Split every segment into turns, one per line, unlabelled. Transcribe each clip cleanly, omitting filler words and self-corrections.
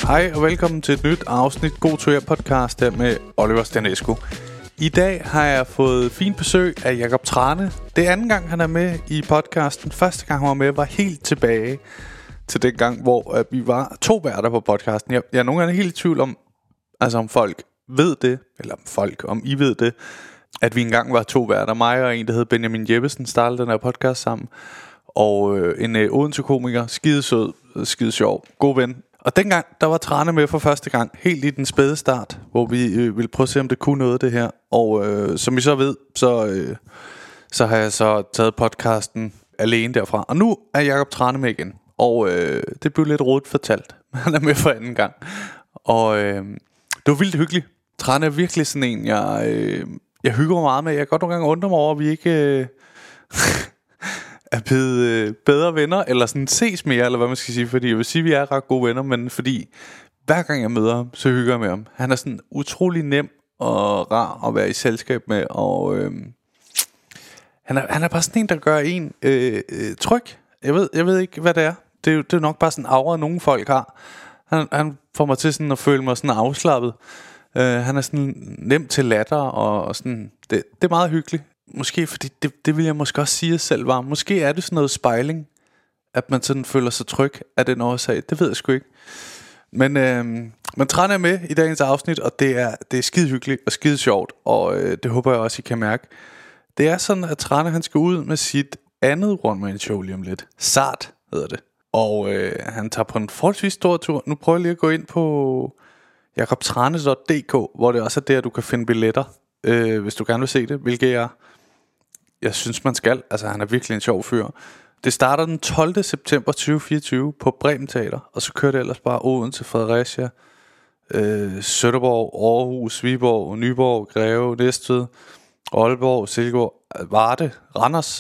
Hej og velkommen til et nyt afsnit God to jer podcast der med Oliver Stanescu. I dag har jeg fået fint besøg af Jacob Trane. Det er anden gang han er med i podcasten. Første gang han var med var helt tilbage til den gang hvor vi var to værter på podcasten. Jeg er nogle gange helt i tvivl om, altså om folk ved det, eller om I ved det, at vi engang var to værter. Mig og en der hed Benjamin Jeppesen startede den her podcast sammen. Og en Odense-komiker, skidesød, skidesjov, god ven. Og dengang, der var Trane med for første gang, helt i den spæde start, hvor vi ville prøve at se, om det kunne noget det her. Og som I så ved, så har jeg så taget podcasten alene derfra. Og nu er Jacob Trane med igen. Og det blev lidt rodet fortalt. Han er med for anden gang. Og det var vildt hyggeligt. Trane er virkelig sådan en, jeg hygger mig meget med. Jeg kan godt nogle gange undre mig over, at vi ikke er blevet bedre venner, eller sådan ses mere, eller hvad man skal sige. Fordi jeg vil sige, at vi er ret gode venner, men fordi hver gang jeg møder ham, så hygger jeg med ham. Han er sådan utrolig nem og rar at være i selskab med. Og han er bare sådan en, der gør en tryg. Jeg ved ikke, hvad det er. Det er nok bare sådan en aura, nogle folk har. Han får mig til sådan at føle mig sådan afslappet. Han er sådan nem til latter, og sådan, det er meget hyggeligt. Måske fordi det vil jeg måske også sige selv var. Måske er det sådan noget spejling, at man sådan føler sig tryg af den årsag. Det ved jeg sgu ikke. Men Trane er med i dagens afsnit, og det er skide hyggeligt og skide sjovt. Og det håber jeg også I kan mærke. Det er sådan at Trane han skal ud med sit andet one-man show lige om lidt. Sart hedder det. Og han tager på en forholdsvis stor tur. Nu prøver jeg lige at gå ind på jakobtrane.dk, hvor det også er der du kan finde billetter, hvis du gerne vil se det, hvilket jeg synes man skal. Altså han er virkelig en sjov fyr. Det starter den 12. september 2024 på Bremen Teater, og så kører det ellers bare Odense, Fredericia, Sønderborg, Aarhus, Viborg, Nyborg, Greve, Næstved, Aalborg, Silkeborg, Varde, Randers.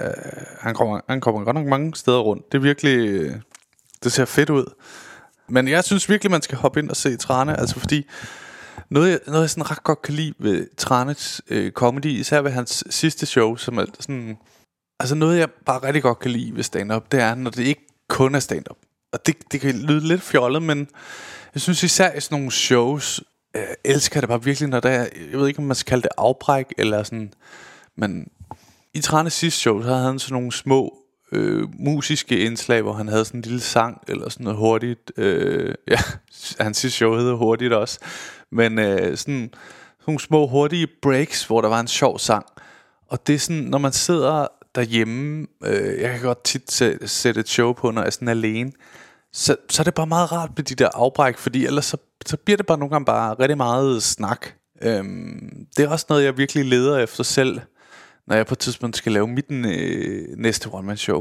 Han kommer godt nok mange steder rundt. Det er virkelig, det ser fedt ud. Men jeg synes virkelig man skal hoppe ind og se Trane, altså fordi noget jeg sådan ret godt kan lide ved Tranes comedy, især ved hans sidste show, som er sådan, altså noget jeg bare rigtig godt kan lide ved stand-up, det er når det ikke kun er stand-up. Og det kan lyde lidt fjollet, men jeg synes især i sådan nogle shows, elsker det bare virkelig, når der er, jeg ved ikke om man skal kalde det afbræk eller sådan, men i Tranes sidste show, så havde han sådan nogle små musiske indslag, hvor han havde sådan en lille sang eller sådan noget hurtigt. Ja, hans sidste show hedder Hurtigt også. Men sådan nogle små hurtige breaks, hvor der var en sjov sang. Og det er sådan, når man sidder derhjemme, jeg kan godt tit sætte et show på, når jeg er sådan alene, så er det bare meget rart med de der afbræk, fordi ellers så bliver det bare nogle gange bare rigtig meget snak. Det er også noget, jeg virkelig leder efter selv, når jeg på et tidspunkt skal lave mit næste one-man-show,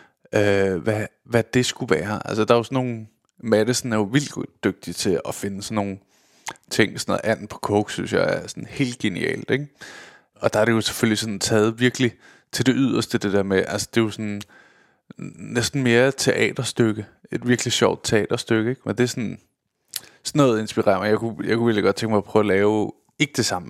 hvad det skulle være. Altså der er jo sådan nogle, Madison er jo vildt dygtig til at finde sådan nogle ting, sådan noget anden på coke, synes jeg er sådan helt genialt, ikke? Og der er det jo selvfølgelig sådan taget virkelig til det yderste, det der med, altså det er jo sådan næsten mere teaterstykke, et virkelig sjovt teaterstykke, ikke? Men det er sådan noget inspirerer mig. Jeg kunne virkelig godt tænke mig at prøve at lave, ikke det samme,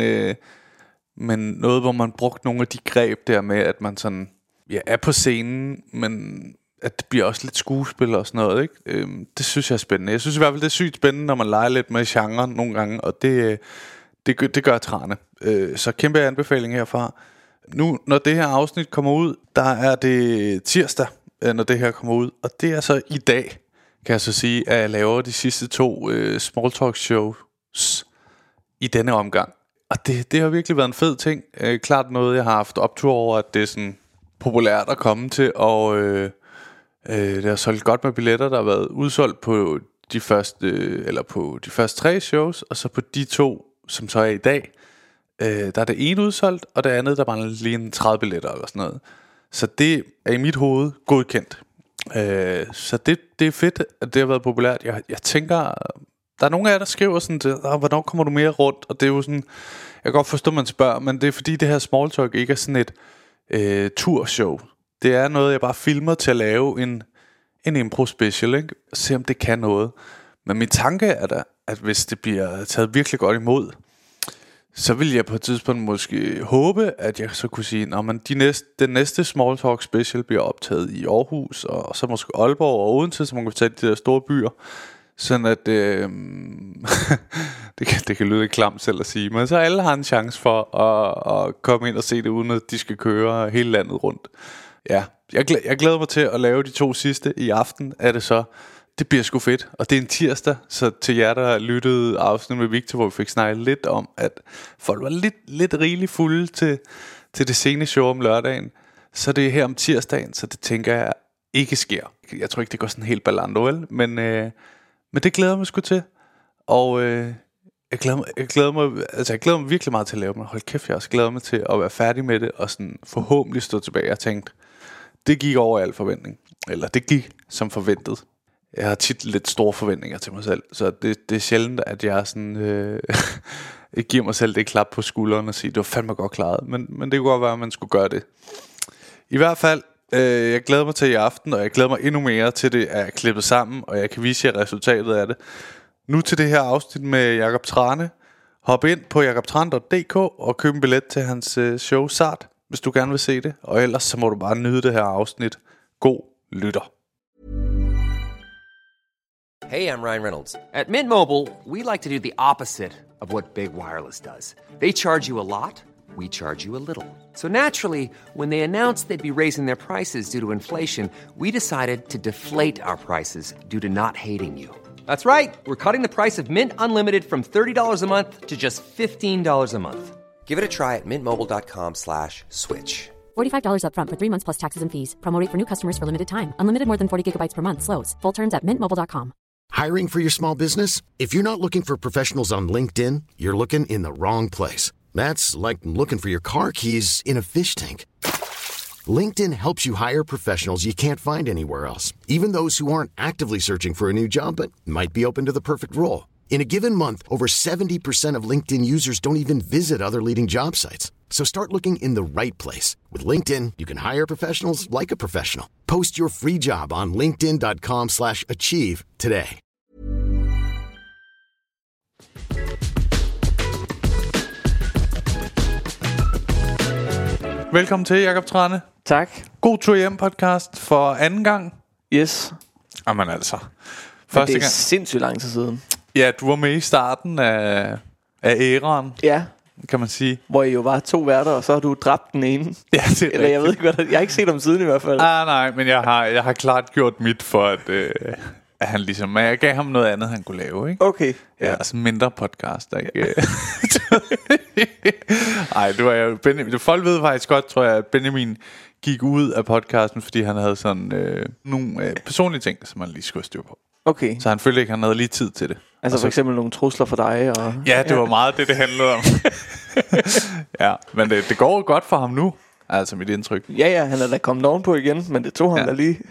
men noget, hvor man brugte nogle af de greb der med, at man sådan, ja, er på scenen, men at det bliver også lidt skuespil og sådan noget, ikke? Det synes jeg er spændende. Jeg synes i hvert fald, det er sygt spændende, når man leger lidt med genre nogle gange, og det gør Trane. Så kæmpe anbefaling herfra. Nu, når det her afsnit kommer ud, der er det tirsdag, når det her kommer ud, og det er så i dag, kan jeg så sige, at jeg laver de sidste 2 small talk shows i denne omgang. Og det har virkelig været en fed ting. Klart noget, jeg har haft optur over, at det er sådan populært at komme til. Og det har solgt godt med billetter. Der har været udsolgt på de første 3 shows. Og så på de 2, som så er i dag, der er det ene udsolgt, og det andet, der mangler lige en 30 billetter eller sådan noget. Så det er i mit hoved godkendt. Så det er fedt, at det har været populært. Jeg tænker, der er nogle af jer, der skriver sådan, hvornår kommer du mere rundt? Og det er jo sådan, jeg kan godt forstå, man spørger, men det er fordi det her small talk ikke er sådan et turshow. Det er noget, jeg bare filmer til at lave en impro special, ikke? Og se om det kan noget. Men min tanke er da, at hvis det bliver taget virkelig godt imod, så vil jeg på et tidspunkt måske håbe, at jeg så kunne sige, den næste small talk special bliver optaget i Aarhus, og så måske Aalborg og Odense, så man kan tage de der store byer. Sådan at det kan lyde klamt selv at sige, men så alle har en chance for at komme ind og se det, uden at de skal køre hele landet rundt. Ja, jeg glæder mig til at lave de 2 sidste. I aften er det så. Det bliver sgu fedt. Og det er en tirsdag. Så til jer der lyttede afsnit med Victor, hvor vi fik snakket lidt om, at folk var lidt rigeligt fulde til det sene show om lørdagen. Så det er her om tirsdagen. Så det tænker jeg ikke sker. Jeg tror ikke det går sådan helt ballando, vel? Men det glæder jeg mig sgu til. Og jeg glæder mig virkelig meget til at lave det. Hold kæft, jeg også glæder mig til at være færdig med det, og sådan forhåbentlig stå tilbage. Jeg tænkte, det gik over al forventning. Eller det gik som forventet. Jeg har tit lidt store forventninger til mig selv. Så det er sjældent, at jeg sådan jeg giver mig selv det klap på skulderen og siger, det var fandme godt klaret. Men det kunne godt være, at man skulle gøre det. I hvert fald, jeg glæder mig til i aften, og jeg glæder mig endnu mere til det er klippet sammen, og jeg kan vise jer resultatet af det. Nu til det her afsnit med Jakob Trane. Hop ind på jakobtrane.dk og køb en billet til hans show Sart, hvis du gerne vil se det. Og ellers så må du bare nyde det her afsnit. God lytter.
Hey, I'm Ryan Reynolds. At Mint Mobile, we like to do the opposite of what Big Wireless does. They charge you a lot, we charge you a little. So naturally, when they announced they'd be raising their prices due to inflation, we decided to deflate our prices due to not hating you. That's right. We're cutting the price of Mint Unlimited from $30 a month to just $15 a month. Give it a try at mintmobile.com/switch.
$45 up front for 3 months plus taxes and fees. Promo rate for new customers for limited time. Unlimited more than 40 gigabytes per month. Slows full terms at mintmobile.com.
Hiring for your small business? If you're not looking for professionals on LinkedIn, you're looking in the wrong place. That's like looking for your car keys in a fish tank. LinkedIn helps you hire professionals you can't find anywhere else, even those who aren't actively searching for a new job but might be open to the perfect role. In a given month, over 70% of LinkedIn users don't even visit other leading job sites. So start looking in the right place. With LinkedIn, you can hire professionals like a professional. Post your free job on linkedin.com/achieve today.
Velkommen til, Jakob Trane.
Tak.
God tur hjem podcast for anden gang.
Yes.
Jamen altså.
Første gang. Det er sindssygt lang tid siden.
Ja, du var med i starten af æraen.
Ja.
Kan man sige.
Hvor I jo var 2 værter, og så har du dræbt den ene.
Ja, det er
eller jeg ved ikke, hvad jeg har ikke set ham siden i hvert fald.
Nej, men jeg har klart gjort mit for, at han ligesom... Men jeg gav ham noget andet, han kunne lave, ikke?
Okay.
Ja, altså mindre podcast, ikke? Ej, det var jo... Folk ved faktisk godt, tror jeg, at Benjamin gik ud af podcasten, fordi han havde sådan nogle personlige ting, som han lige skulle styre på.
Okay.
Så han følte ikke, han havde lige tid til det.
Altså for eksempel nogle trusler for dig og...
Ja, det var meget det handlede om. Ja, men det går jo godt for ham nu. Altså mit indtryk.
Ja, han er da kommet ovenpå igen, men det tog han da lige.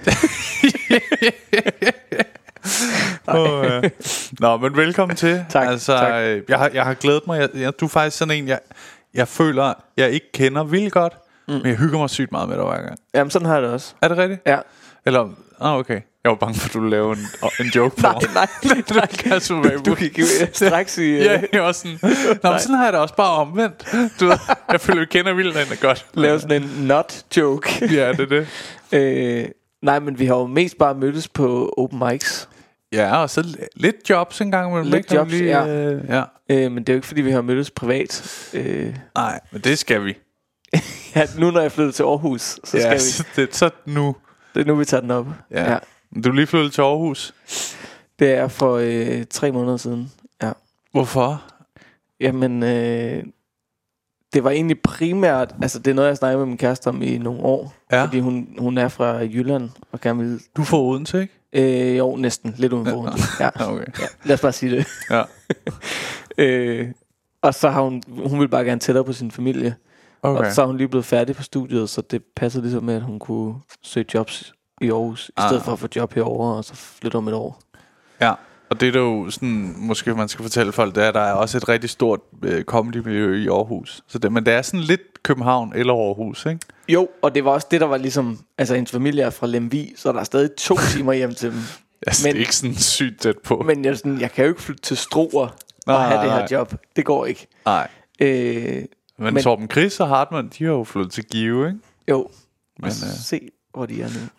Nå, men velkommen til.
Tak,
altså,
tak.
Jeg har glædet mig. Du er faktisk sådan en, jeg føler, jeg ikke kender vildt godt, men jeg hygger mig sygt meget med dig hver gang.
Jamen, sådan har jeg det også.
Er det rigtigt?
Ja.
Eller, okay. Jeg var bange for, at du ville lave en joke på mig.
Nej. Du gik jo straks i...
Ja, jeg var sådan... Nå, men sådan har jeg det også bare omvendt. Du ved, jeg føler, vi kender vildt godt.
Lave sådan en not-joke.
Ja, det er det.
Nej, men vi har jo mest bare mødtes på open mics.
Ja, og så lidt jobs en gang.
Lidt jobs,
lige,
ja. Men det er jo ikke, fordi vi har mødtes privat.
Nej, men det skal vi.
Ja, nu når jeg flytter til Aarhus, så skal vi.
Så nu...
Det er nu, vi tager den op.
Ja. Du er lige flyttet til Aarhus?
Det er for 3 måneder siden. Ja.
Hvorfor?
Jamen, det var egentlig primært... Altså, det er noget, jeg snakker med min kæreste om i nogle år. Ja. Fordi hun er fra Jylland og gerne vil...
Du får Odense, ikke?
Jo, næsten. Lidt uden for Odense. Ja.
Okay.
Ja. Lad os bare sige det.
Ja.
Og så har hun vil bare gerne tættere på sin familie. Okay. Og så er hun lige blevet færdig på studiet, så det passede ligesom med, at hun kunne søge jobs i Aarhus, i stedet for at få job herovre, og så flytte om et år.
Ja, og det er jo sådan, måske man skal fortælle folk, det er, at der er også et rigtig stort comedy-miljø i Aarhus. Men det er sådan lidt København eller Aarhus, ikke?
Jo, og det var også det, der var ligesom, altså hendes familie er fra Lemvig, så der er stadig 2 timer hjem til dem.
Altså, det er ikke sådan sygt tæt på.
Men jeg kan jo ikke flytte til Struer og have det her job. Det går ikke.
Nej. Men Torben Chris og Hartmann, de har jo flyttet til Give, ikke?
Jo. Men se, hvor de er nu.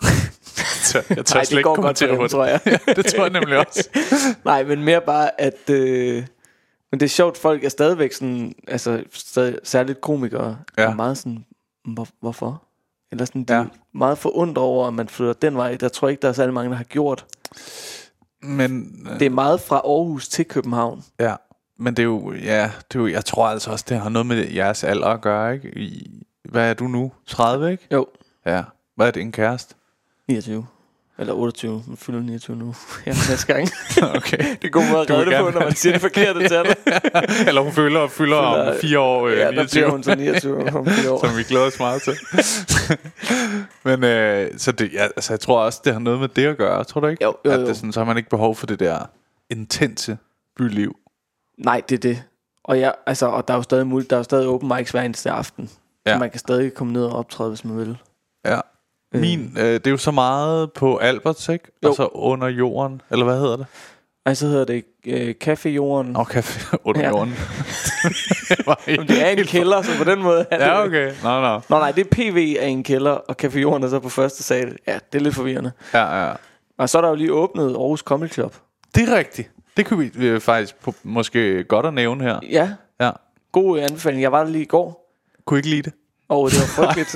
Jeg tør slet ikke kommentere på det.
Tror jeg.
Ja, det tror jeg nemlig også.
Nej, men mere bare, at... men det er sjovt, folk er stadigvæk sådan... Altså, særligt komikere er meget sådan... Hvorfor? Eller sådan, de er meget forundret over, at man flytter den vej. Der tror jeg ikke, der er særlig mange, der har gjort. Men... det er meget fra Aarhus til København.
Ja, men det er jo... Ja, det er jo, jeg tror altså også, det har noget med jeres alder at gøre, ikke? Hvad er du nu? 30, ikke?
Jo.
Ja. Hvad er det, en kæreste?
29. Eller 28. Man fylder 29 nu. Ja, næste gang.
Okay.
Det er god måde at redde det på, når man siger det forkerte til dig.
Eller hun fylder om 4 år.
Ja, 29. Der bliver hun så 29 om 4 år.
Som vi glæder os meget til. Men så det, altså, jeg tror også, det har noget med det at gøre. Tror du ikke?
Jo.
At det sådan, så har man ikke behov for det der intense byliv. Nej,
det er det. Og og der er jo stadig muligt. Der er jo stadig open mics hver eneste aften. Så man kan stadig komme ned og optræde, hvis man vil.
Ja. Det er jo så meget på Alberts, ikke? Jo. Altså under jorden, eller hvad hedder det?
Ej, så hedder det Café Jorden.
Café under jorden.
Det er en kælder, så på den måde er det.
Ja, okay. Nå,
nej, det er PV af en kælder, og Café Jorden er så på første sal. Ja, det er lidt forvirrende.
Ja.
Og så er der jo lige åbnet Aarhus Comedy Club.
Det er rigtigt. Det kunne vi faktisk måske godt at nævne her.
Ja. God anbefaling. Jeg var der lige i går.
Kunne ikke lide det?
Og det var frygteligt.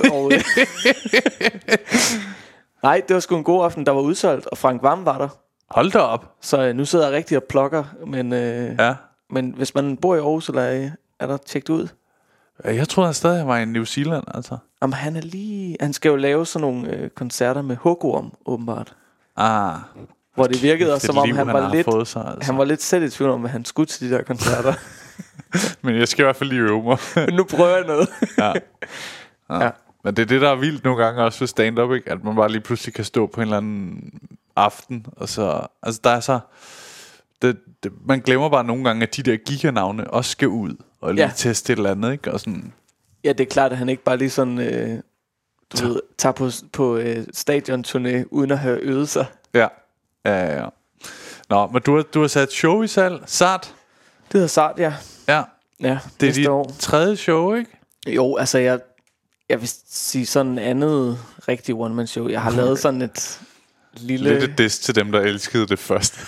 Nej, det var sgu en god aften. Der var udsolgt, og Frank Hvam var der.
Hold da op.
Så nu sidder jeg rigtig og plukker. Men hvis man bor i Aarhus, eller er der tjekket ud?
Jeg tror han stadig var i New Zealand, altså.
Jamen, han skal jo lave sådan nogle koncerter med hugorm, åbenbart. Hvor det virkede også, som om han var lidt selv i tvivl om, hvad han skulle til de der koncerter.
Men jeg skal i hvert fald lige øve mig.
Nu prøver jeg noget.
Ja. Men det er det, der er vildt nogle gange også ved stand-up, ikke? At man bare lige pludselig kan stå på en eller anden aften, og så... Altså, der er så... man glemmer bare nogle gange, at de der giganavne også skal ud, og lige teste et eller andet, ikke? Og sådan...
Ja, det er klart, at han ikke bare lige sådan... tager på stadionturné, uden at have øvet sig. Ja.
Nå, men du har sat show i salg. Sart.
Det hedder Sart, ja.
Ja, det er dit tredje show, ikke?
Jo, altså jeg vil sige sådan en andet rigtig one-man show. Jeg har lavet sådan et lille...
Lidt et diss til dem, der elskede det først.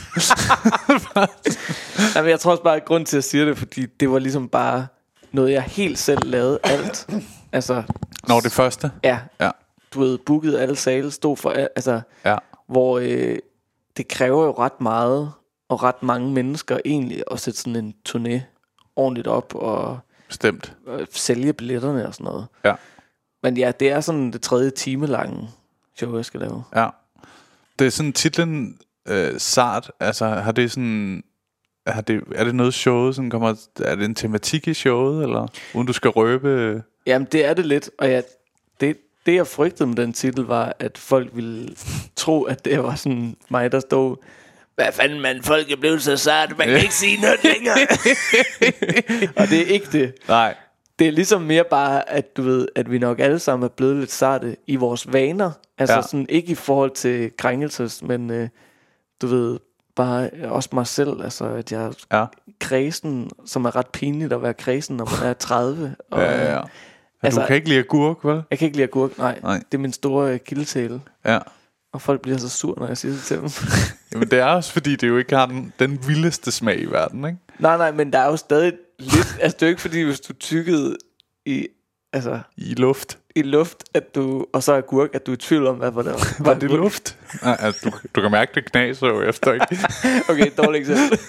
Jamen, jeg tror også bare, at grund til at sige det, fordi det var ligesom bare noget, jeg helt selv lavede alt. Altså...
Når det første?
Ja. Du ved, booket alle sale, stod for... Altså, hvor det kræver jo ret meget, og ret mange mennesker egentlig, at sætte sådan en turné ordentligt op, og...
Bestemt.
Sælge billetterne og sådan noget.
Ja.
Men ja, det er sådan det 3 time lange show, jeg skal lave.
Ja. Det er sådan titlen Sart. Altså har det sådan... Er det noget showet sådan kommer... Er det en tematik i showet, eller uden du skal røbe?
Jamen det er det lidt. Og det jeg frygtede med den titel var, at folk ville tro, at det var sådan mig, der stod... Hvad fanden, man, folk er blevet så sarte, man kan ikke sige noget længere. Og det er ikke det.
Nej.
Det er ligesom mere bare, at du ved, at vi nok alle sammen er blevet lidt sarte i vores vaner. Altså sådan, ikke i forhold til krænkelses, men du ved, bare også mig selv. Altså, at jeg er kredsen, som er ret pinligt at være kredsen, når man er 30. Og,
altså, du kan ikke lide agurk, vel?
Jeg kan ikke lide agurk, nej. Det er min store kildetale.
Ja.
Og folk bliver så sur, når jeg siger det til dem.
Jamen det er også fordi, det jo ikke har den vildeste smag i verden, ikke?
Nej, men der er jo stadig lidt... Altså det er jo ikke fordi, hvis du tykkede i... Altså...
I luft.
I luft, at du... Og så agurk, at du er i tvivl om, hvad var det var.
Var det luft? Nej, altså, du kan mærke, det knaser jo efter, ikke?
Okay, dårligt eksempel.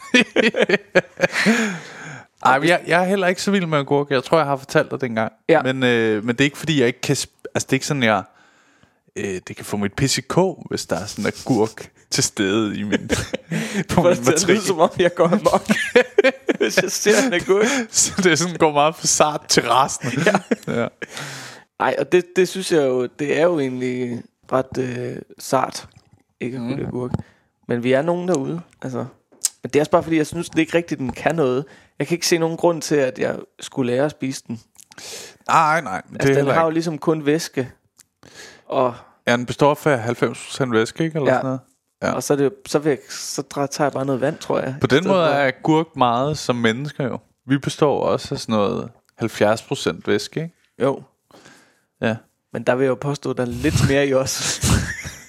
Ej, men jeg er heller ikke så vild med agurk. Jeg tror, jeg har fortalt dig det engang.
Ja.
Men det er ikke fordi, jeg ikke kan... Altså det er ikke sådan, jeg... det kan få mit pisse i kog, hvis der er sådan en agurk til stede i min på min
matrikel. Det lyder som om jeg går amok, hvis jeg ser en agurk.
Så det er sådan, går meget for sart til resten. Ja.
Ej, og det synes jeg jo, det er jo egentlig ret sart, ikke at kunne lide agurk. Men vi er nogen derude, altså. Men det er også bare fordi, jeg synes det ikke rigtigt, den kan noget. Jeg kan ikke se nogen grund til, at jeg skulle lære at spise den.
Nej.
Altså, den har jo ligesom kun væske. Og
den består af 90% væske, ikke? Eller sådan noget.
Ja. Og så tager jeg bare noget vand, tror jeg.
På den måde er agurk meget som mennesker jo. Vi består også af sådan noget 70% væske, ikke?
Jo.
Ja.
Men der vil jeg jo påstå, at der er lidt mere i os.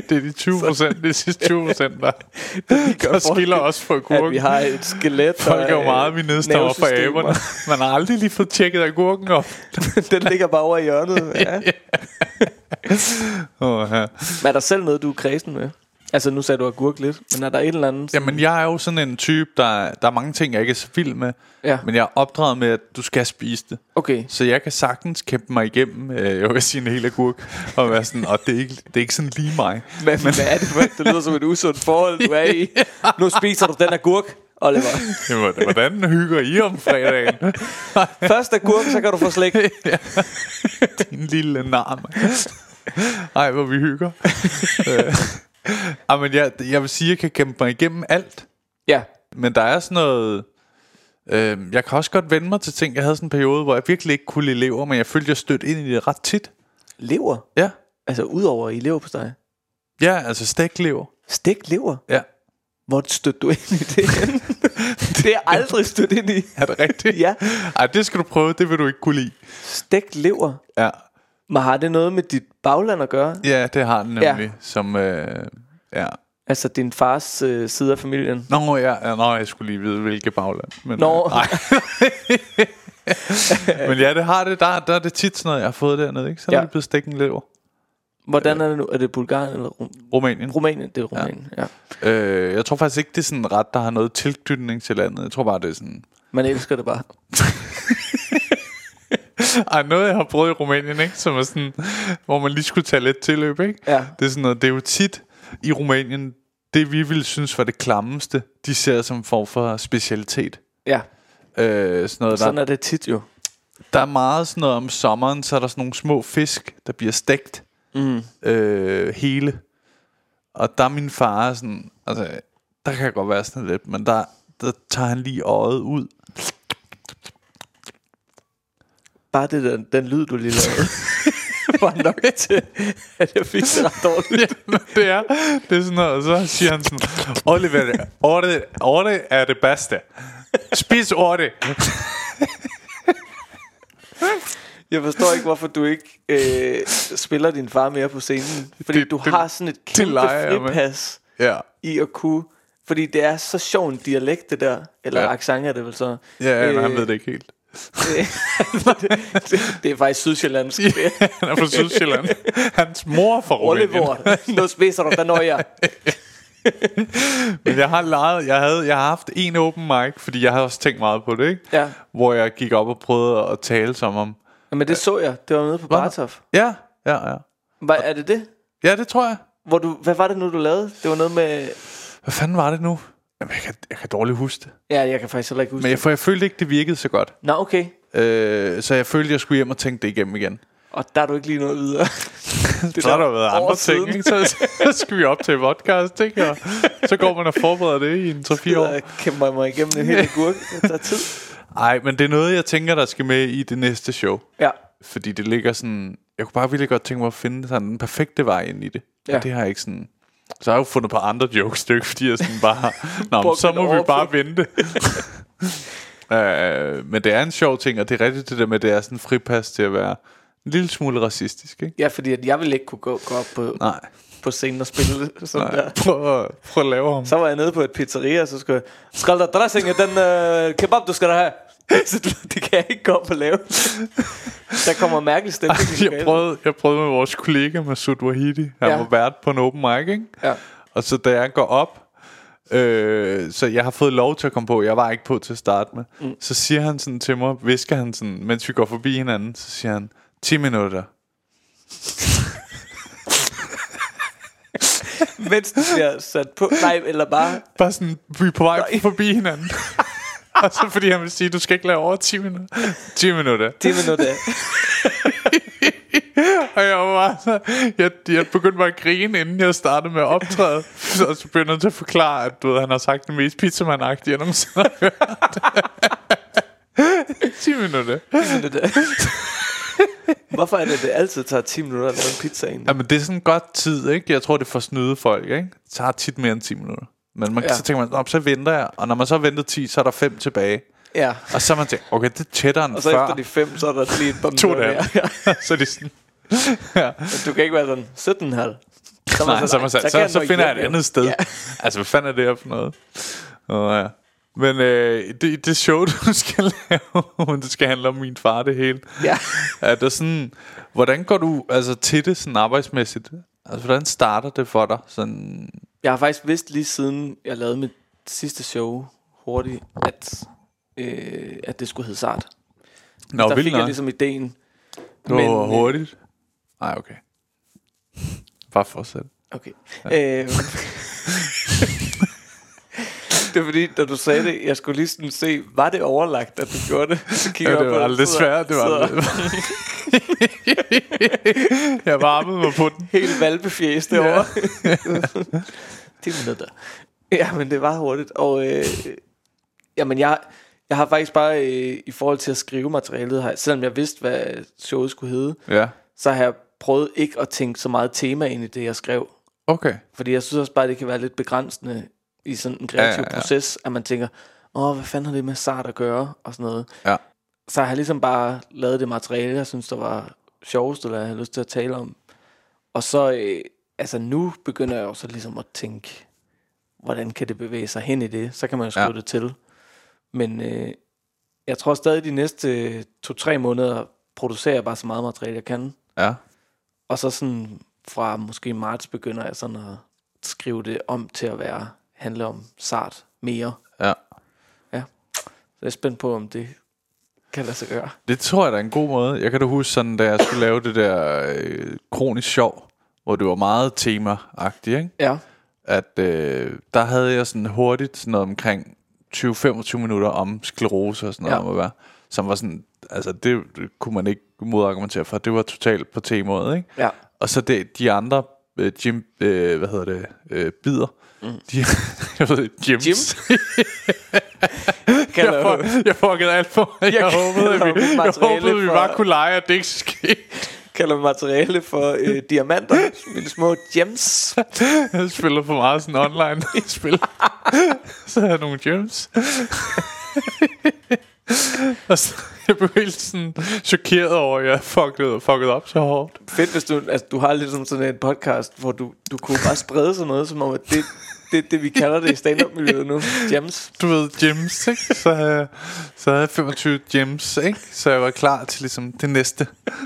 Det er de 20%, de sidste 20%, der skiller os fra agurken.
At vi har et skelet.
Folk er jo meget, vi nedstammer fra aberne. Man har aldrig lige fået tjekket agurken op.
Den ligger bare over i hjørnet. Ja.
Ja.
Men er der selv noget, du er kredsen med? Altså nu sagde du agurk lidt, men er der et eller andet?
Jamen jeg er jo sådan en type, der er mange ting, jeg ikke er så vild med. Ja. Men jeg er opdraget med, at du skal spise det.
Okay.
Så jeg kan sagtens kæmpe mig igennem, jeg vil sige en hel agurk, og være sådan, og det er ikke sådan lige mig.
Men hvad er det for det lyder som et usundt forhold, du er i? Nu spiser du den agurk, Oliver.
Jamen, hvordan hygger I om fredagen?
Først agurk, så kan du få slik.
Din lille narm. Ej, hvor vi hygger. Men jeg vil sige, at jeg kan kæmpe mig igennem alt.
Ja.
Men der er sådan noget... jeg kan også godt vende mig til ting. Jeg havde sådan en periode, hvor jeg virkelig ikke kunne lide lever, men jeg følte, jeg stødte ind i det ret tit.
Lever?
Ja.
Altså udover i leverpostej?
Ja, altså stegt lever.
Stegt lever?
Ja.
Hvor stødte du ind i det? Det er jeg aldrig stødt ind i.
Er det rigtigt?
Ja.
Ej, det skal du prøve, det vil du ikke kunne lide.
Stegt lever?
Ja.
Men har det noget med dit bagland at gøre?
Ja, det har den nemlig. Ja. Som, ja.
Altså din fars side af familien?
Nå, jeg skulle lige vide, hvilke bagland. Men,
Nå.
Nej. Men ja, det har det. Der er det tit sådan noget, jeg har fået dernede, ikke? Så er det blevet stegt en lever.
Hvordan er det nu? Er det Bulgarien eller
Rumænien?
Rumænien, det er Rumænien, ja.
Jeg tror faktisk ikke, det er sådan en ret, der har noget tilknytning til landet. Jeg tror bare, det er sådan...
Man elsker det bare.
Ej, noget jeg har prøvet i Rumænien, ikke? Som er sådan, hvor man lige skulle tage lidt tilløb, ikke? Ja. Det er sådan noget, det er jo tit i Rumænien, det vi ville synes var det klammeste, de ser som form for specialitet. Ja. Sådan
er det tit jo.
Der er meget sådan noget om sommeren, så er der sådan nogle små fisk, der bliver stegt hele. Og der er min far sådan, altså, der kan godt være sådan lidt, men der tager han lige øjet ud.
Bare den lyd du lige lavede var nok til at jeg fik det ret dårligt.
Ja, det er sådan noget. Og så siger han sådan: Oliver, ordet er det bedste. Spis ordet.
Jeg forstår ikke hvorfor du ikke spiller din far mere på scenen. Fordi du har sådan et kæmpe fripas i at kunne. Fordi det er så sjov en dialekt det der. Eller accent er det vel så.
Ja, men han ved det ikke helt.
Det er faktisk sydsjællandsk.
Han er fra Sydsjælland. Hans mor er fra Rumænien.
Oliver, nu spiser du den øje.
Men jeg har haft en open mic, fordi jeg havde også tænkt meget på det, ikke? Ja. Hvor jeg gik op og prøvede at tale som om.
Men det så jeg. Det var nede på Bartov.
Ja.
Er det det?
Ja, det tror jeg.
Hvad var det nu du lavede? Det var noget med.
Hvad fanden var det nu? Jamen, jeg kan dårligt huske det.
Ja, jeg kan faktisk heller ikke huske
det. Men jeg følte ikke, det virkede så godt.
Nå, okay.
Så jeg følte, jeg skulle hjem og tænke det igennem igen.
Og der er du ikke lige noget videre.
Så har der været andre ting, ikke? Så skal vi op til podcast, ikke? Og så går man og forbereder det i en 3-4 år.
Jeg kæmper mig igennem en hel agurk. Det tager tid.
Ej, men det er noget, jeg tænker, der skal med i det næste show. Ja. Fordi det ligger sådan. Jeg kunne bare virkelig godt tænke mig at finde sådan den perfekte vej ind i det. Ja. Og det har jeg ikke sådan. Så har jeg jo fundet på andre jokes, det er ikke fordi jeg sådan bare. Nå, så må vi bare vente. Men det er en sjov ting, og det er rigtigt det der med, det er sådan en fripas til at være en lille smule racistisk, ikke?
Ja, fordi at jeg ville ikke kunne gå op på scenen og spille sådan der.
Prøv at lave ham.
Så var jeg nede på et pizzeria, så skulle jeg, skal der dressing af den kebab, du skal der have? Det kan jeg ikke gå op og lave. Der kommer mærkelig stemning.
Jeg prøvede med vores kollega Masoud Wahidi. Han var vært på en open mic, ikke? Ja. Og så da jeg går op, så jeg har fået lov til at komme på. Jeg var ikke på til at starte med. Så siger han sådan til mig, visker han sådan, mens vi går forbi hinanden, så siger han 10 minutter.
Mens du bliver sat på. Nej, eller bare
sådan, vi er på vej forbi hinanden. Og så fordi han vil sige, du skal ikke lave over 10 minutter. 10 minutter.
10 minutter.
Og jeg var bare så, jeg begyndte bare at grine, inden jeg startede med at optræde. Og så begyndte jeg til at forklare, at du ved, han har sagt det mest pizzaman-agtige, jeg nogensinde har hørt. 10 minutter.
10 minutter. Hvorfor er det altid tager 10 minutter at lave en pizza egentlig?
Jamen det er sådan en godt tid, ikke? Jeg tror det får snyde folk, ikke? Det tager tit mere end 10 minutter. Men man, så tænker man, så venter jeg. Og når man så har ventet 10, så er der 5 tilbage. Ja. Og så man tænker, okay, det er tættere end før.
Og så efter de 5, så er der lige et par
2 dage. Så er det sådan.
Ja. Du kan ikke være sådan 17,5.
Så finder jeg et andet sted. Ja. Altså, hvad fanden er det her for noget? Ja. Men det show, du skal lave, det skal handle om min far, det hele.
Ja.
Er det sådan, hvordan går du altså til det sådan arbejdsmæssigt? Altså, hvordan starter det for dig? Sådan...
Jeg har faktisk vidst lige siden jeg lavede mit sidste show hurtigt, at det skulle hedde Sart.
Nå,
der fik jeg ligesom ideen.
Det var hurtigt? Nej, okay. Bare fortsæt.
Okay. Ja. Det er fordi, da du sagde det, jeg skulle lige sådan se, var det overlagt, at du gjorde det? Så
ja, det var lidt svært. Det var jeg varmede mig på den.
Helt valpefjæs derovre. Det er noget der. Ja, men det var hurtigt. Og jamen, jeg har faktisk bare i forhold til at skrive materialet, selvom jeg vidste, hvad showet skulle hedde, så har jeg prøvet ikke at tænke så meget tema ind i det, jeg skrev.
Okay.
Fordi jeg synes også bare, det kan være lidt begrænsende i sådan en kreativ proces, at man tænker, hvad fanden har det med Sart at gøre, og sådan noget.
Ja.
Så har jeg ligesom bare lavet det materiale, jeg synes, der var sjovest, eller jeg havde lyst til at tale om. Og så, altså nu begynder jeg jo så ligesom at tænke, hvordan kan det bevæge sig hen i det? Så kan man jo skrive det til. Men jeg tror stadig, de næste 2-3 måneder producerer jeg bare så meget materiale, jeg kan.
Ja.
Og så sådan fra måske marts begynder jeg sådan at skrive det om til at handle om Sart mere.
Ja.
Ja. Så jeg er spændt på, om det kan lade sig gøre.
Det tror jeg da er en god måde. Jeg kan da huske sådan, da jeg skulle lave det der kronisk sjov, hvor det var meget tema-agtigt, ikke?
Ja.
At der havde jeg sådan hurtigt sådan noget omkring 20-25 minutter om sklerose og sådan noget, som var sådan, altså det kunne man ikke modargumentere for. Det var totalt på temaet, ikke?
Ja.
Og så de andre bider. De, jeg ved, gyms. Jeg fuckede alt på. Jeg håbede, vi bare kunne lege, at det ikke skete.
Kalder materiale for diamanter. Mine små gems.
Jeg spiller for meget sådan online spil. Så har jeg nogle gems. Og så jeg blev helt sådan chokeret over, at jeg fuckede op så hårdt.
Fedt, hvis du har ligesom sådan en podcast, hvor du kunne bare sprede sådan noget, som om at det vi kalder det i stand-up-miljøet nu. Gems.
Du ved, gems, ikke? Så havde jeg 25 gems, ikke? Så jeg var klar til ligesom det næste.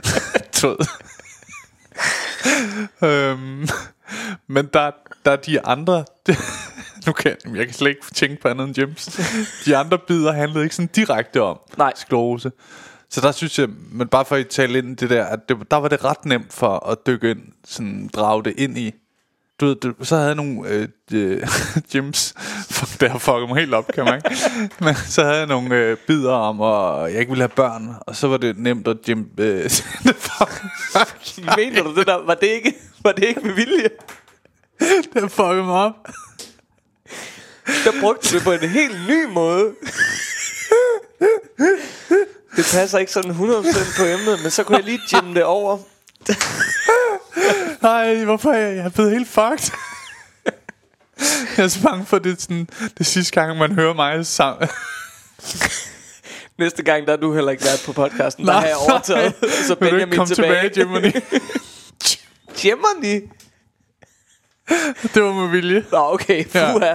Men der er de andre. Jeg kan slet ikke tænke på andet end gems. De andre bidder handlede ikke sådan direkte om sklerose. Så der synes jeg, men bare for at tale ind det der, at der var det ret nemt for at dykke ind, sådan drage det ind i. Du ved, så havde jeg nogle gems. Det har fucket mig helt op, kan man ikke? Men så havde jeg nogle bidder om, og jeg ikke ville have børn. Og så var det nemt at gemme.
Mener du det der? Var det ikke med vilje?
Det fuckede mig op.
Der brugte du det på en helt ny måde. Det passer ikke sådan 100% på emnet, men så kunne jeg lige gemme det over.
Nej, hvorfor jeg er blevet helt fucked. Jeg er så bange for det sådan, det sidste gang man hører mig sammen.
Næste gang der er du heller ikke været på podcasten. Der har jeg overtaget. Så Benjamin tilbage
Gemini.
Gemini?
Det var med vilje.
Nå, okay, puha.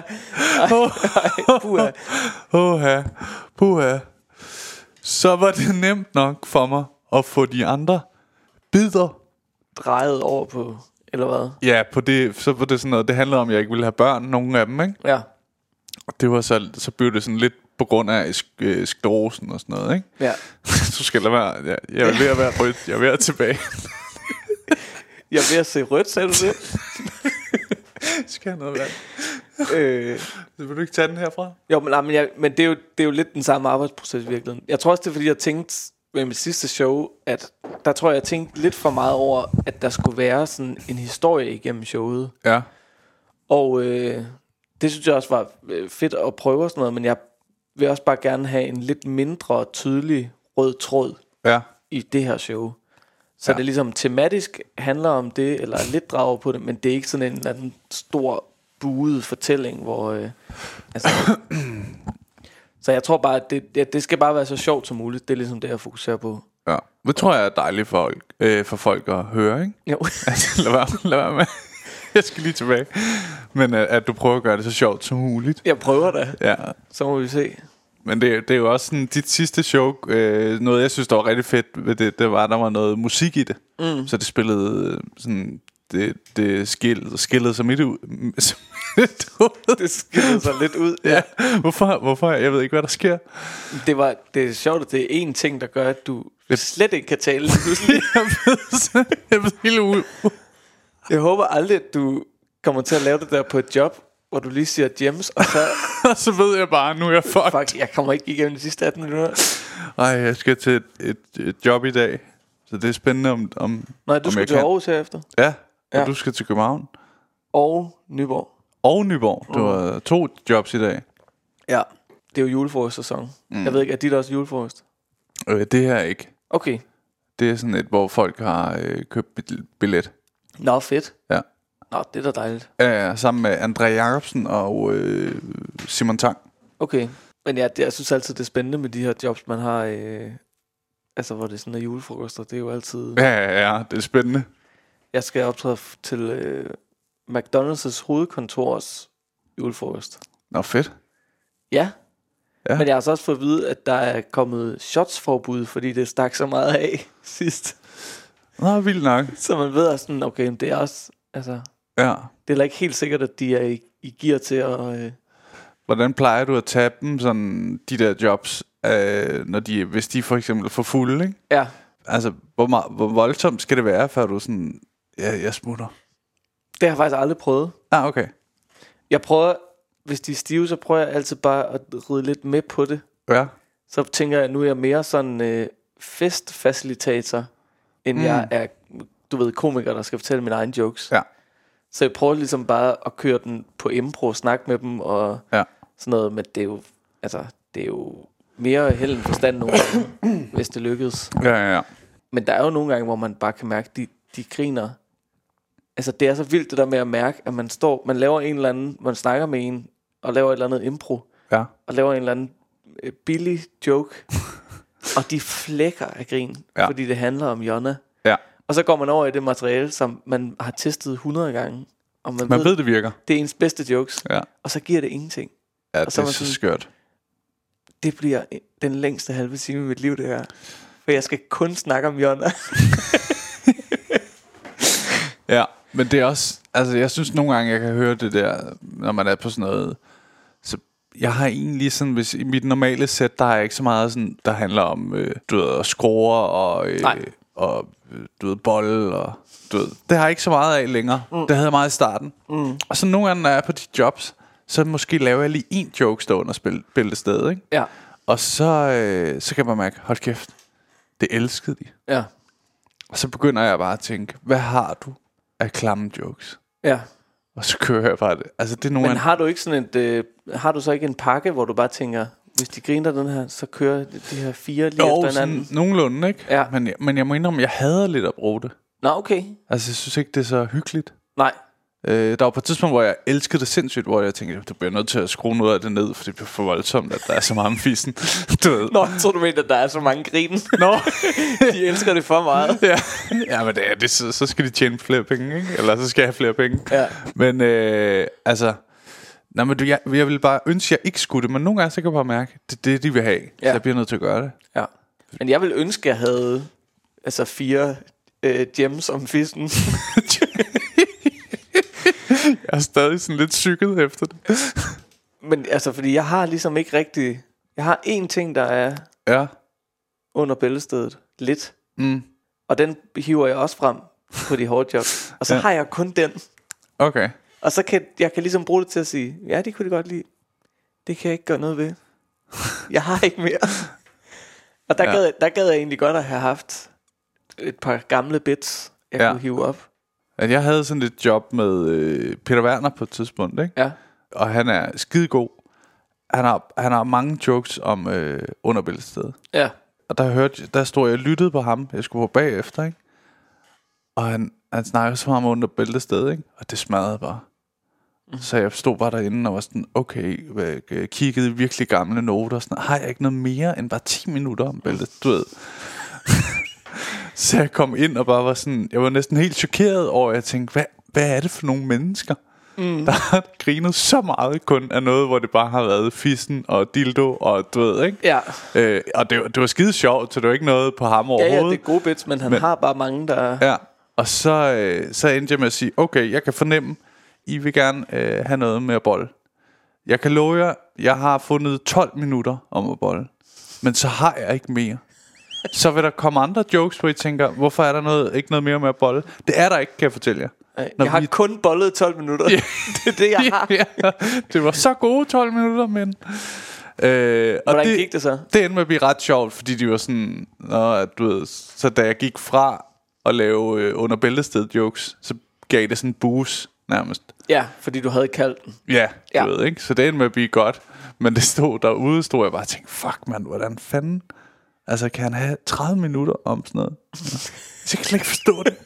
Puha. Så var det nemt nok for mig at få de andre bidder
drejet over på, eller hvad?
Ja, på det, så var det sådan noget. Det handlede om, at jeg ikke ville have børn, nogle af dem, ikke?
Ja.
Og det var så blev det sådan lidt på grund af sklerosen og sådan noget, ikke?
Ja.
Så skal der være. Jeg er ved at være rødt. Jeg er ved at tilbage.
Jeg er ved at se rødt, sagde du det?
Skal jeg noget vand? Vil du ikke tage den herfra?
Jo, men det er jo lidt den samme arbejdsproces i virkeligheden. Jeg tror også, det er fordi, jeg tænkte med mit sidste show, at der tror jeg tænkte lidt for meget over, at der skulle være sådan en historie igennem showet.
Ja.
Og det synes jeg også var fedt at prøve og sådan noget, men jeg vil også bare gerne have en lidt mindre tydelig rød tråd i det her show. Så det ligesom tematisk handler om det, eller lidt drager på det, men det er ikke sådan en eller anden stor buet fortælling, hvor så jeg tror bare, at det skal bare være så sjovt som muligt. Det er ligesom det, jeg fokuserer på.
Ja, det tror jeg er dejligt for folk at høre, ikke?
Jo.
Altså, lad være med. Jeg skal lige tilbage. Men at du prøver at gøre det så sjovt som muligt.
Jeg prøver da.
Ja.
Så må vi se.
Men det er jo også sådan, dit sidste show, noget jeg synes, der var rigtig fedt ved det var, der var noget musik i det. Så det spillede sådan, det skillede sig midt ud.
Det skillede sig lidt ud,
ja. Hvorfor? Jeg ved ikke, hvad der sker.
Det er sjovt, at det er en ting, der gør, at du slet ikke kan tale.
Jeg ved helt ud.
Jeg håber aldrig, at du kommer til at lave det der på et job, hvor du lige siger James, og så...
så ved jeg bare, nu er jeg fucked.
Fuck, jeg kommer ikke igennem de sidste 18 minutter.
Nej, jeg skal til et job i dag. Så det er spændende om
Nej, du skal til Aarhus herefter.
Ja, og du skal til København.
Og Nyborg.
Og Nyborg. Du har 2 jobs i dag.
Ja, det er jo julefrokostsæson. Jeg ved ikke, er dit også julefrokost?
Det her ikke.
Okay.
Det er sådan et, hvor folk har købt billet.
Nå, fedt.
Ja.
Nå, det er da dejligt.
Ja, sammen med André Jacobsen og Simon Tang.
Okay. Men ja, jeg synes altid, det er spændende med de her jobs, man har... altså, hvor det er sådan en julefrokoster. Det er jo altid...
Ja, det er spændende.
Jeg skal optræde til McDonald's hovedkontors julefrokost.
Nå, fedt.
Ja. Men jeg har så også fået at vide, at der er kommet shotsforbud, fordi det stak så meget af sidst.
Nå, vildt nok.
Så man ved også sådan, okay, det er også... Altså,
ja.
Det er heller ikke helt sikkert, at de er i gear til at...
Hvordan plejer du at tage dem, sådan de der jobs, hvis de for eksempel får fulde, ikke?
Ja.
Altså, hvor voldsomt skal det være, før du sådan, jeg smutter?
Det har jeg faktisk aldrig prøvet.
Okay.
Jeg prøver, hvis de er stive, så prøver jeg altid bare at ride lidt med på det.
Ja.
Så tænker jeg, nu er jeg mere sådan festfacilitator, end jeg er, du ved, komiker, der skal fortælle mine egne jokes.
Ja.
Så jeg prøver ligesom bare at køre den på impro, snakke med dem og sådan noget, men det er jo mere held end forstand nogle gange, hvis det lykkedes.
Ja.
Men der er jo nogle gange, hvor man bare kan mærke, de griner. Altså det er så vildt det der med at mærke, at man laver en eller anden, man snakker med en, og laver et eller andet impro, og laver en eller anden billig joke, og de flækker af grin, fordi det handler om Jonna. Ja. Og så går man over i det materiale, som man har testet 100 gange, og man ved,
det virker.
Det er ens bedste jokes, og så giver det ingenting.
Ja,
og
det er så skørt.
Det bliver den længste halve time i mit liv, det her. For jeg skal kun snakke om Jonna.
Ja, men det er også... Altså, jeg synes nogle gange, jeg kan høre det der, når man er på sådan noget... Så jeg har egentlig sådan... Hvis i mit normale sæt, der er ikke så meget sådan... Der handler om, du ved, skruer og du ved, bold og... Du ved, det har jeg ikke så meget af længere. Det havde jeg meget i starten. Og så nogle gange, når jeg er på de jobs, så måske laver jeg lige en joke stående og spille det sted, ikke?
Ja.
Og så kan man mærke, hold kæft, det elskede de.
Ja.
Og så begynder jeg bare at tænke, hvad har du af klamme jokes?
Ja.
Og så kører jeg bare det. Altså, det er nogle
Men har du ikke sådan har du så ikke en pakke, hvor du bare tænker, hvis de griner den her, så kører de her 4 lige efter hinanden?
Nogenlunde, ikke?
Ja.
Men jeg må indrømme, jeg hader lidt at bruge det.
Nå, okay.
Altså, jeg synes ikke, det er så hyggeligt.
Nej.
Der var på et tidspunkt, hvor jeg elskede det sindssygt, hvor jeg tænkte, du bliver nødt til at skrue noget af det ned, for det bliver for voldsomt, at der er så meget om fissen. Du ved.
Nå, jeg tror du mener, at der er så mange grin.
Nå.
De elsker det for meget.
Ja, men så skal de tjene flere penge, ikke? Eller så skal jeg have flere penge.
Ja.
Men altså... Nej, men jeg vil bare ønske, at jeg ikke skulle det, men nogle gange så kan jeg bare mærke, det er det, de vil have. Så jeg bliver nødt til at gøre det.
Ja. Men jeg vil ønske, at jeg havde 4 gems om fissen.
Jeg er stadig sådan lidt psyket efter det.
Men altså, fordi jeg har ligesom ikke rigtig... Jeg har én ting, der er under bæltestedet. Lidt. Og den hiver jeg også frem på de hårde jobs. Og så har jeg kun den.
Okay.
Og så kan jeg ligesom bruge det til at sige, ja, det kunne de godt lide. Det kan jeg ikke gøre noget ved. Jeg har ikke mere. Og der gad jeg egentlig godt at have haft et par gamle bits, jeg kunne hive op.
At jeg havde sådan et job med Peter Werner på et tidspunkt, ikke? Ja. Og han er skidegod. Han har mange jokes om underbæltestedet. Ja. Og der stod jeg og lyttede på ham. Jeg skulle på bagefter, ikke? Og han snakkede så meget om underbæltestedet, ikke? Og det smadrede bare. Så jeg stod bare derinde og var sådan, okay, jeg kiggede virkelig gamle noter. Sådan, har jeg ikke noget mere end bare 10 minutter om bæltet, du ved? Så jeg kom ind og bare var sådan, jeg var næsten helt chokeret over, at jeg tænkte, hvad er det for nogle mennesker, der har grinet så meget kun af noget, hvor det bare har været fissen og dildo og du ved, ikke?
Ja.
Og det var skide sjovt, så det var ikke noget på ham overhovedet.
Ja, det er gode bits, men han har bare mange, der...
Ja, og så endte jeg med at sige, okay, jeg kan fornemme, I vil gerne have noget med at bolle. Jeg kan love jer, jeg har fundet 12 minutter om at bolle, men så har jeg ikke mere. Så vil der komme andre jokes, hvor I tænker, hvorfor er der ikke noget mere med at bolle? Det er der ikke, kan jeg fortælle jer.
Jeg har kun bollet 12 minutter. Det er det, jeg har.
Ja, det var så gode 12 minutter, men...
Hvordan gik det så?
Det endte med at blive ret sjovt, fordi de var sådan... du ved, så da jeg gik fra at lave under bæltestedet jokes, så gav det sådan en boost nærmest.
Ja, fordi du havde kaldt den.
Ja, du ved, ikke? Så det endte med at blive godt. Men det stod derude, stod jeg bare og tænkte, fuck mand, hvordan fanden... Altså, kan han have 30 minutter om sådan noget? Så jeg kan slet ikke forstå det.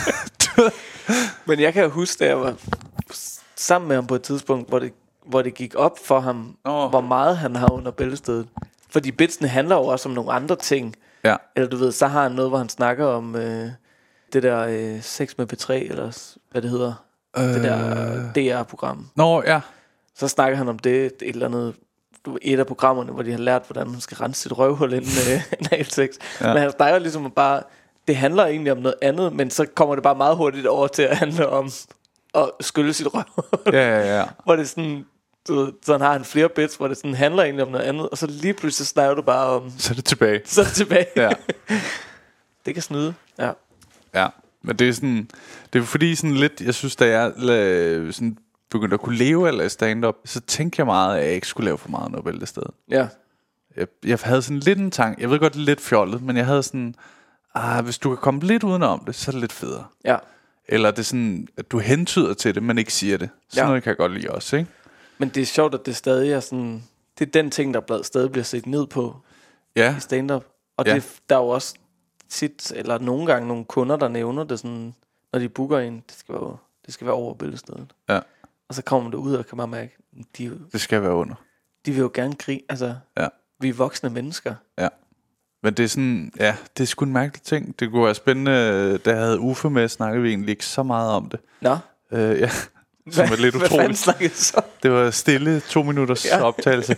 Men jeg kan huske, da jeg var sammen med ham på et tidspunkt, hvor det gik op for ham, hvor meget han har under bæltestedet. Fordi bitsene handler jo også om nogle andre ting.
Ja.
Eller du ved, så har han noget, hvor han snakker om det der sex med P3, eller hvad det hedder. Det der DR-program.
Nå, ja.
Så snakker han om det, et eller andet... et af programmerne, hvor de har lært, hvordan man skal rense sit røvhul inden analsex. Ja. Men han snakker ligesom bare, det handler egentlig om noget andet, men så kommer det bare meget hurtigt over til at handle om at skylle sit røvhul.
Ja.
Hvor det sådan, sådan har han flere bits, hvor det sådan handler egentlig om noget andet, og så lige pludselig snakker du bare om...
Så er det tilbage.
Ja. Det kan snyde, ja.
Ja, men det er sådan, det er fordi sådan lidt, jeg synes, da jeg sådan begyndte at kunne leve eller stand-up, så tænkte jeg meget, at jeg ikke skulle lave for meget Nobel det sted.
Ja.
Jeg havde sådan lidt en tanke, jeg ved godt, det er lidt fjollet, men jeg havde sådan, hvis du kan komme lidt udenom det, så er det lidt federe.
Ja.
Eller det er sådan, at du hentyder til det, men ikke siger det. Sådan noget kan jeg godt lide også, ikke?
Men det er sjovt, at det stadig er sådan, det er den ting, der stadig bliver set ned på i stand-up. Og det, der er jo også tit, eller nogle gange nogle kunder, der nævner det sådan, når de booker en, det skal være over bæltestedet. Ja. Og så kommer man derud og kan man mærke,
det skal være under.
De vil jo gerne grine, altså vi er voksne mennesker.
Ja. Men det er sådan, det er sgu en mærkelig ting. Det kunne være spændende, da jeg havde Uffe med, snakkede vi egentlig ikke så meget om det.
Nå?
Ja. Som er lidt utroligt.
Hvad fanden snakkede så?
Det var stille 2 minutters optagelse.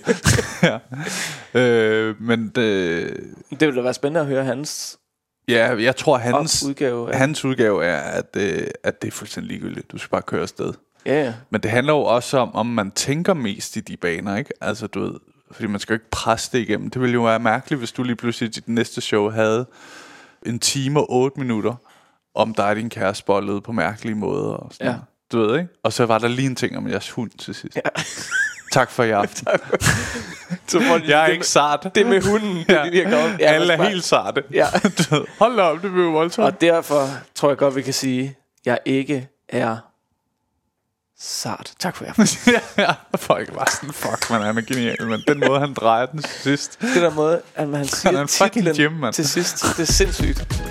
Men det
ville da være spændende at høre hans.
Ja, jeg tror hans udgave er, at det er fuldstændig ligegyldigt. Du skal bare køre afsted.
Ja.
Men det handler jo også om man tænker mest i de baner, ikke? Altså du ved, fordi man skal jo ikke presse det igennem. Det ville jo være mærkeligt, hvis du lige pludselig i dit næste show havde 1 time og 8 minutter om dig og din kæreste bollede på mærkelige måder og sådan noget. Du ved, ikke? Og så var der lige en ting om jeres hund til sidst. Ja. Tak for i aften. Jeg er ikke sart.
Det med hunden.
Alle er helt sarte.
Ja.
Hold da op, det blev voldsomt.
Og derfor tror jeg godt, vi kan sige, at jeg ikke er sart. Tak for jer.
Folk var sådan, fuck man, han er genial. Men den måde, han drejer den til sidst.
Det der måde, at han siger titlen til sidst. Det er sindssygt.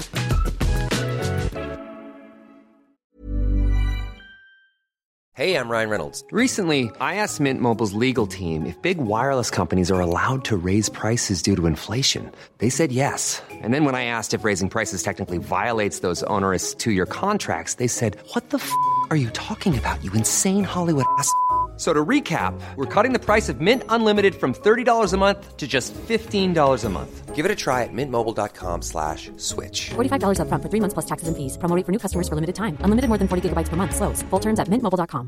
Hey, I'm Ryan Reynolds. Recently, I asked Mint Mobile's legal team if big wireless companies are allowed to raise prices due to inflation. They said yes. And then when I asked if raising prices technically violates those onerous 2-year contracts, they said, what the f*** are you talking about, you insane Hollywood ass? So to recap, we're cutting the price of Mint Unlimited from $30 a month to just $15 a month. Give it a try at mintmobile.com/switch.
$45 up front for 3 months plus taxes and fees. Promo rate for new customers for limited time. Unlimited more than 40 gigabytes per month. Slows full terms at mintmobile.com.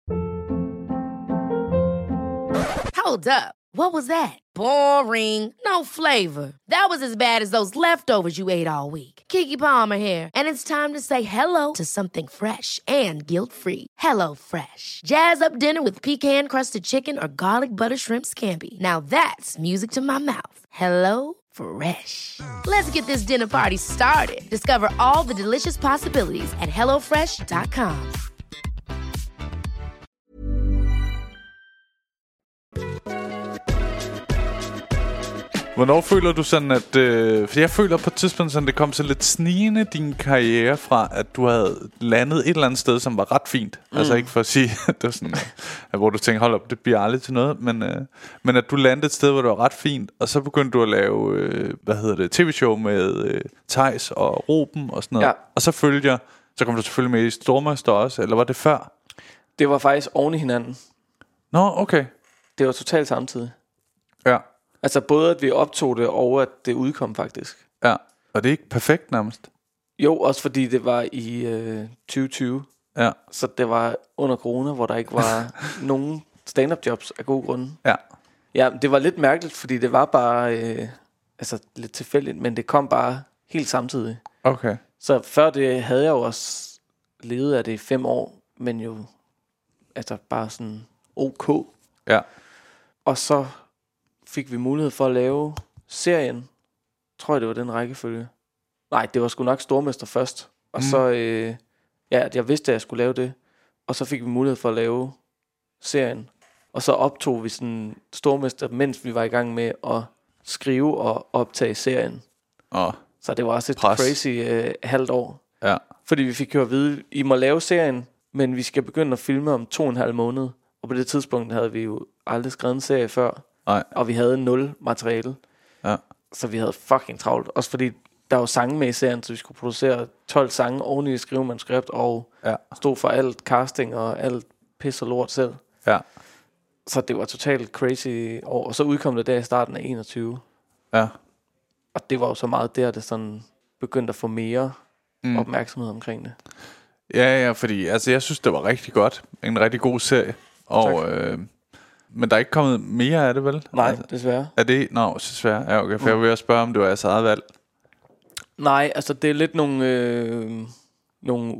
Hold up. What was that? Boring. No flavor. That was as bad as those leftovers you ate all week. Keke Palmer here. And it's time to say hello to something fresh and guilt-free. Hello Fresh. Jazz up dinner with pecan-crusted chicken or garlic butter shrimp scampi. Now that's music to my mouth. Hello Fresh. Let's get this dinner party started. Discover all the delicious possibilities at hellofresh.com.
Hvornår føler du sådan, at... for jeg føler på et tidspunkt, sådan, det kom så lidt snigende din karriere fra, at du havde landet et eller andet sted, som var ret fint. Altså ikke for at sige, det var sådan, hvor du tænkte, hold op, det bliver aldrig til noget. Men at du landede et sted, hvor det var ret fint, og så begyndte du at lave, tv-show med Theis og Ruben og sådan noget. Ja. Og så følte jeg, Så kom du selvfølgelig med i Stormester også, eller var det før?
Det var faktisk oven i hinanden.
Nå, okay.
Det var totalt samtidig.
Ja.
Altså både at vi optog det, og at det udkom faktisk.
Ja, og det er ikke perfekt nærmest?
Jo, også fordi det var i 2020.
Ja.
Så det var under corona, hvor der ikke var nogen stand-up jobs af gode grunde.
Ja.
Ja, det var lidt mærkeligt, fordi det var bare lidt tilfældigt, men det kom bare helt samtidig.
Okay.
Så før det havde jeg jo også levet af det i 5 år, men jo altså bare sådan ok.
Ja.
Og så fik vi mulighed for at lave serien. Tror jeg, det var den rækkefølge. Nej, det var sgu nok Stormester først. Og så, jeg vidste, at jeg skulle lave det. Og så fik vi mulighed for at lave serien. Og så optog vi sådan Stormester, mens vi var i gang med at skrive og optage serien. Så det var også et crazy halvt år.
Ja.
Fordi vi fik jo at vide, I må lave serien, men vi skal begynde at filme om 2,5 måneder. Og på det tidspunkt havde vi jo aldrig skrevet en serie før.
Nej.
Og vi havde 0 materiale.
Ja.
Så vi havde fucking travlt. Også fordi der var sange med i serien, så vi skulle producere 12 sange oven i skrive manuskript. Og stod for alt casting og alt pis og lort selv.
Ja.
Så det var totalt crazy år. Og så udkom det der i starten af 21.
Ja.
Og det var jo så meget der, det sådan begyndte at få mere opmærksomhed omkring det.
Ja, fordi altså, jeg synes, det var rigtig godt. En rigtig god serie. Og, men der er ikke kommet mere af det, vel?
Nej,
altså,
desværre.
Er det? Nå, desværre. Ja, okay. For jeg vil spørge, om det var jeres eget valg.
Nej, altså det er lidt nogle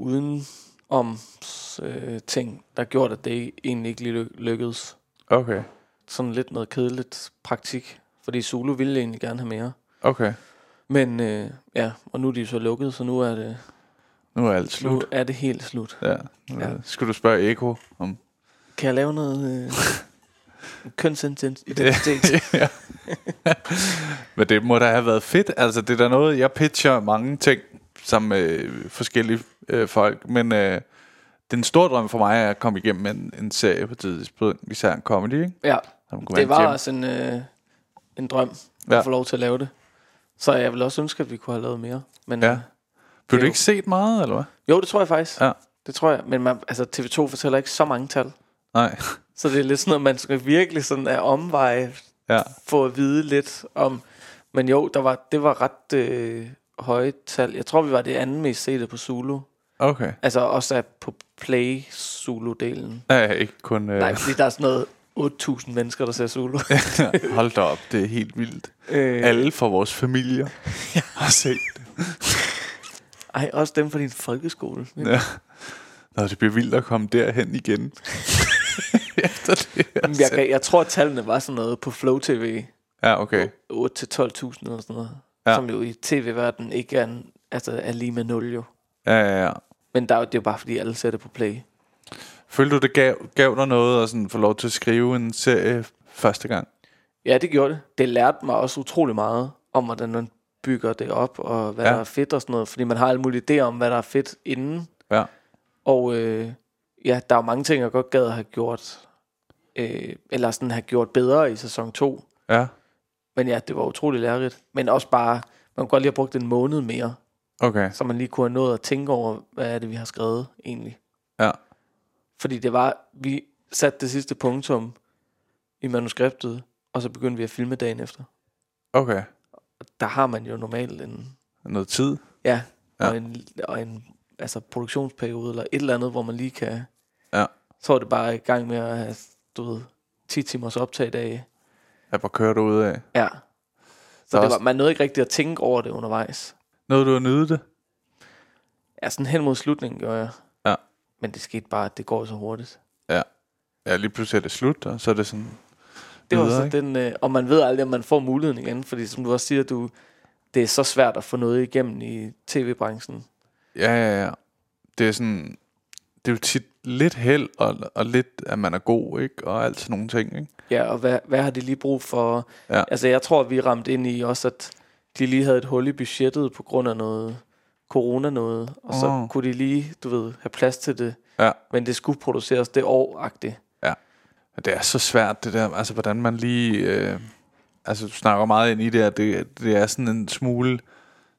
udenoms ting, der gjorde, at det egentlig ikke lige lykkedes.
Okay.
Sådan lidt noget kedeligt praktik. Fordi Zulu ville egentlig gerne have mere.
Okay.
Men og nu er de så lukket, så nu er det...
Nu er alt slut.
Nu er det helt slut.
Ja. Skal du spørge Eko om...
Kan jeg lave noget kønsidentitet?
Ja. Men det må da have været fedt. Altså det er da noget, jeg pitcher mange ting sammen med forskellige folk. Men det er en stor drøm for mig at komme igennem en serie på tidspunkt, især en comedy, ikke?
Ja, det var også en drøm at få lov til at lave det. Så jeg vil også ønske, at vi kunne have lavet mere. Men,
Blev du ikke set meget, eller hvad?
Jo, det tror jeg faktisk.
Ja.
Det tror jeg. Men TV2 fortæller ikke så mange tal.
Nej.
Så det er lidt sådan noget, man skal virkelig sådan af omveje få at vide lidt om. Men jo, det var ret høje tal. Jeg tror, vi var det anden mest sete på Zulu.
Okay.
Altså også på Play Zulu-delen.
Ja, ikke kun...
Nej, fordi der er sådan noget 8.000 mennesker, der ser Zulu.
Hold da op, det er helt vildt. Alle fra vores familier har set det.
Ej, også dem fra din folkeskole.
Ja. Nå, det bliver vildt at komme derhen igen. Efter det
jeg tror, at tallene var sådan noget på Flow TV.
Ja, okay.
8-12.000 eller sådan noget. Ja. Som jo i tv-verdenen ikke er lige med 0 jo.
Ja.
Men det er jo bare fordi alle ser det på Play.
Følte du, det gav dig noget at sådan få lov til at skrive en serie første gang?
Ja, det gjorde det. Det lærte mig også utrolig meget om, hvordan man bygger det op, og hvad der er fedt og sådan noget. Fordi man har alle mulige idéer om, hvad der er fedt inden.
Ja.
Og der er jo mange ting, jeg godt gad at have gjort, eller sådan have gjort bedre i sæson 2.
Ja.
Men ja, det var utrolig lærerigt. Men også bare, man kunne godt lige have brugt en måned mere.
Okay.
Så man lige kunne have nået at tænke over, hvad er det, vi har skrevet egentlig.
Ja.
Fordi vi satte det sidste punktum i manuskriptet, og så begyndte vi at filme dagen efter.
Okay.
Der har man jo normalt
noget tid.
Ja. Og en altså produktionsperiode eller et eller andet, hvor man lige kan.
Ja.
Så er det bare i gang med at have 10 timers optagdage.
Jeg bare kører ud af.
Ja. Så man nåede ikke rigtig at tænke over det undervejs.
Nåede du at nyde det?
Ja, sådan hen mod slutningen gør jeg.
Ja.
Men det skete bare, at det går så hurtigt.
Ja. Ja, lige pludselig er det slut, og så er det sådan...
Det var så den... og man ved aldrig, om man får muligheden igen. Fordi som du også siger, det er så svært at få noget igennem i tv-branchen.
Ja. Det er sådan... Det er jo tit lidt held, og lidt, at man er god, ikke? Og alt sådan nogle ting, ikke?
Ja, og hvad har de lige brug for?
Ja.
Altså, jeg tror, vi ramte ind i også, at de lige havde et hul i budgettet på grund af noget corona noget. Og så kunne de lige, have plads til det. Ja. Men det skulle produceres det år-agtigt.
Ja. Det er så svært, det der. Altså, hvordan man lige... altså, du snakker meget ind i det, at det er sådan en smule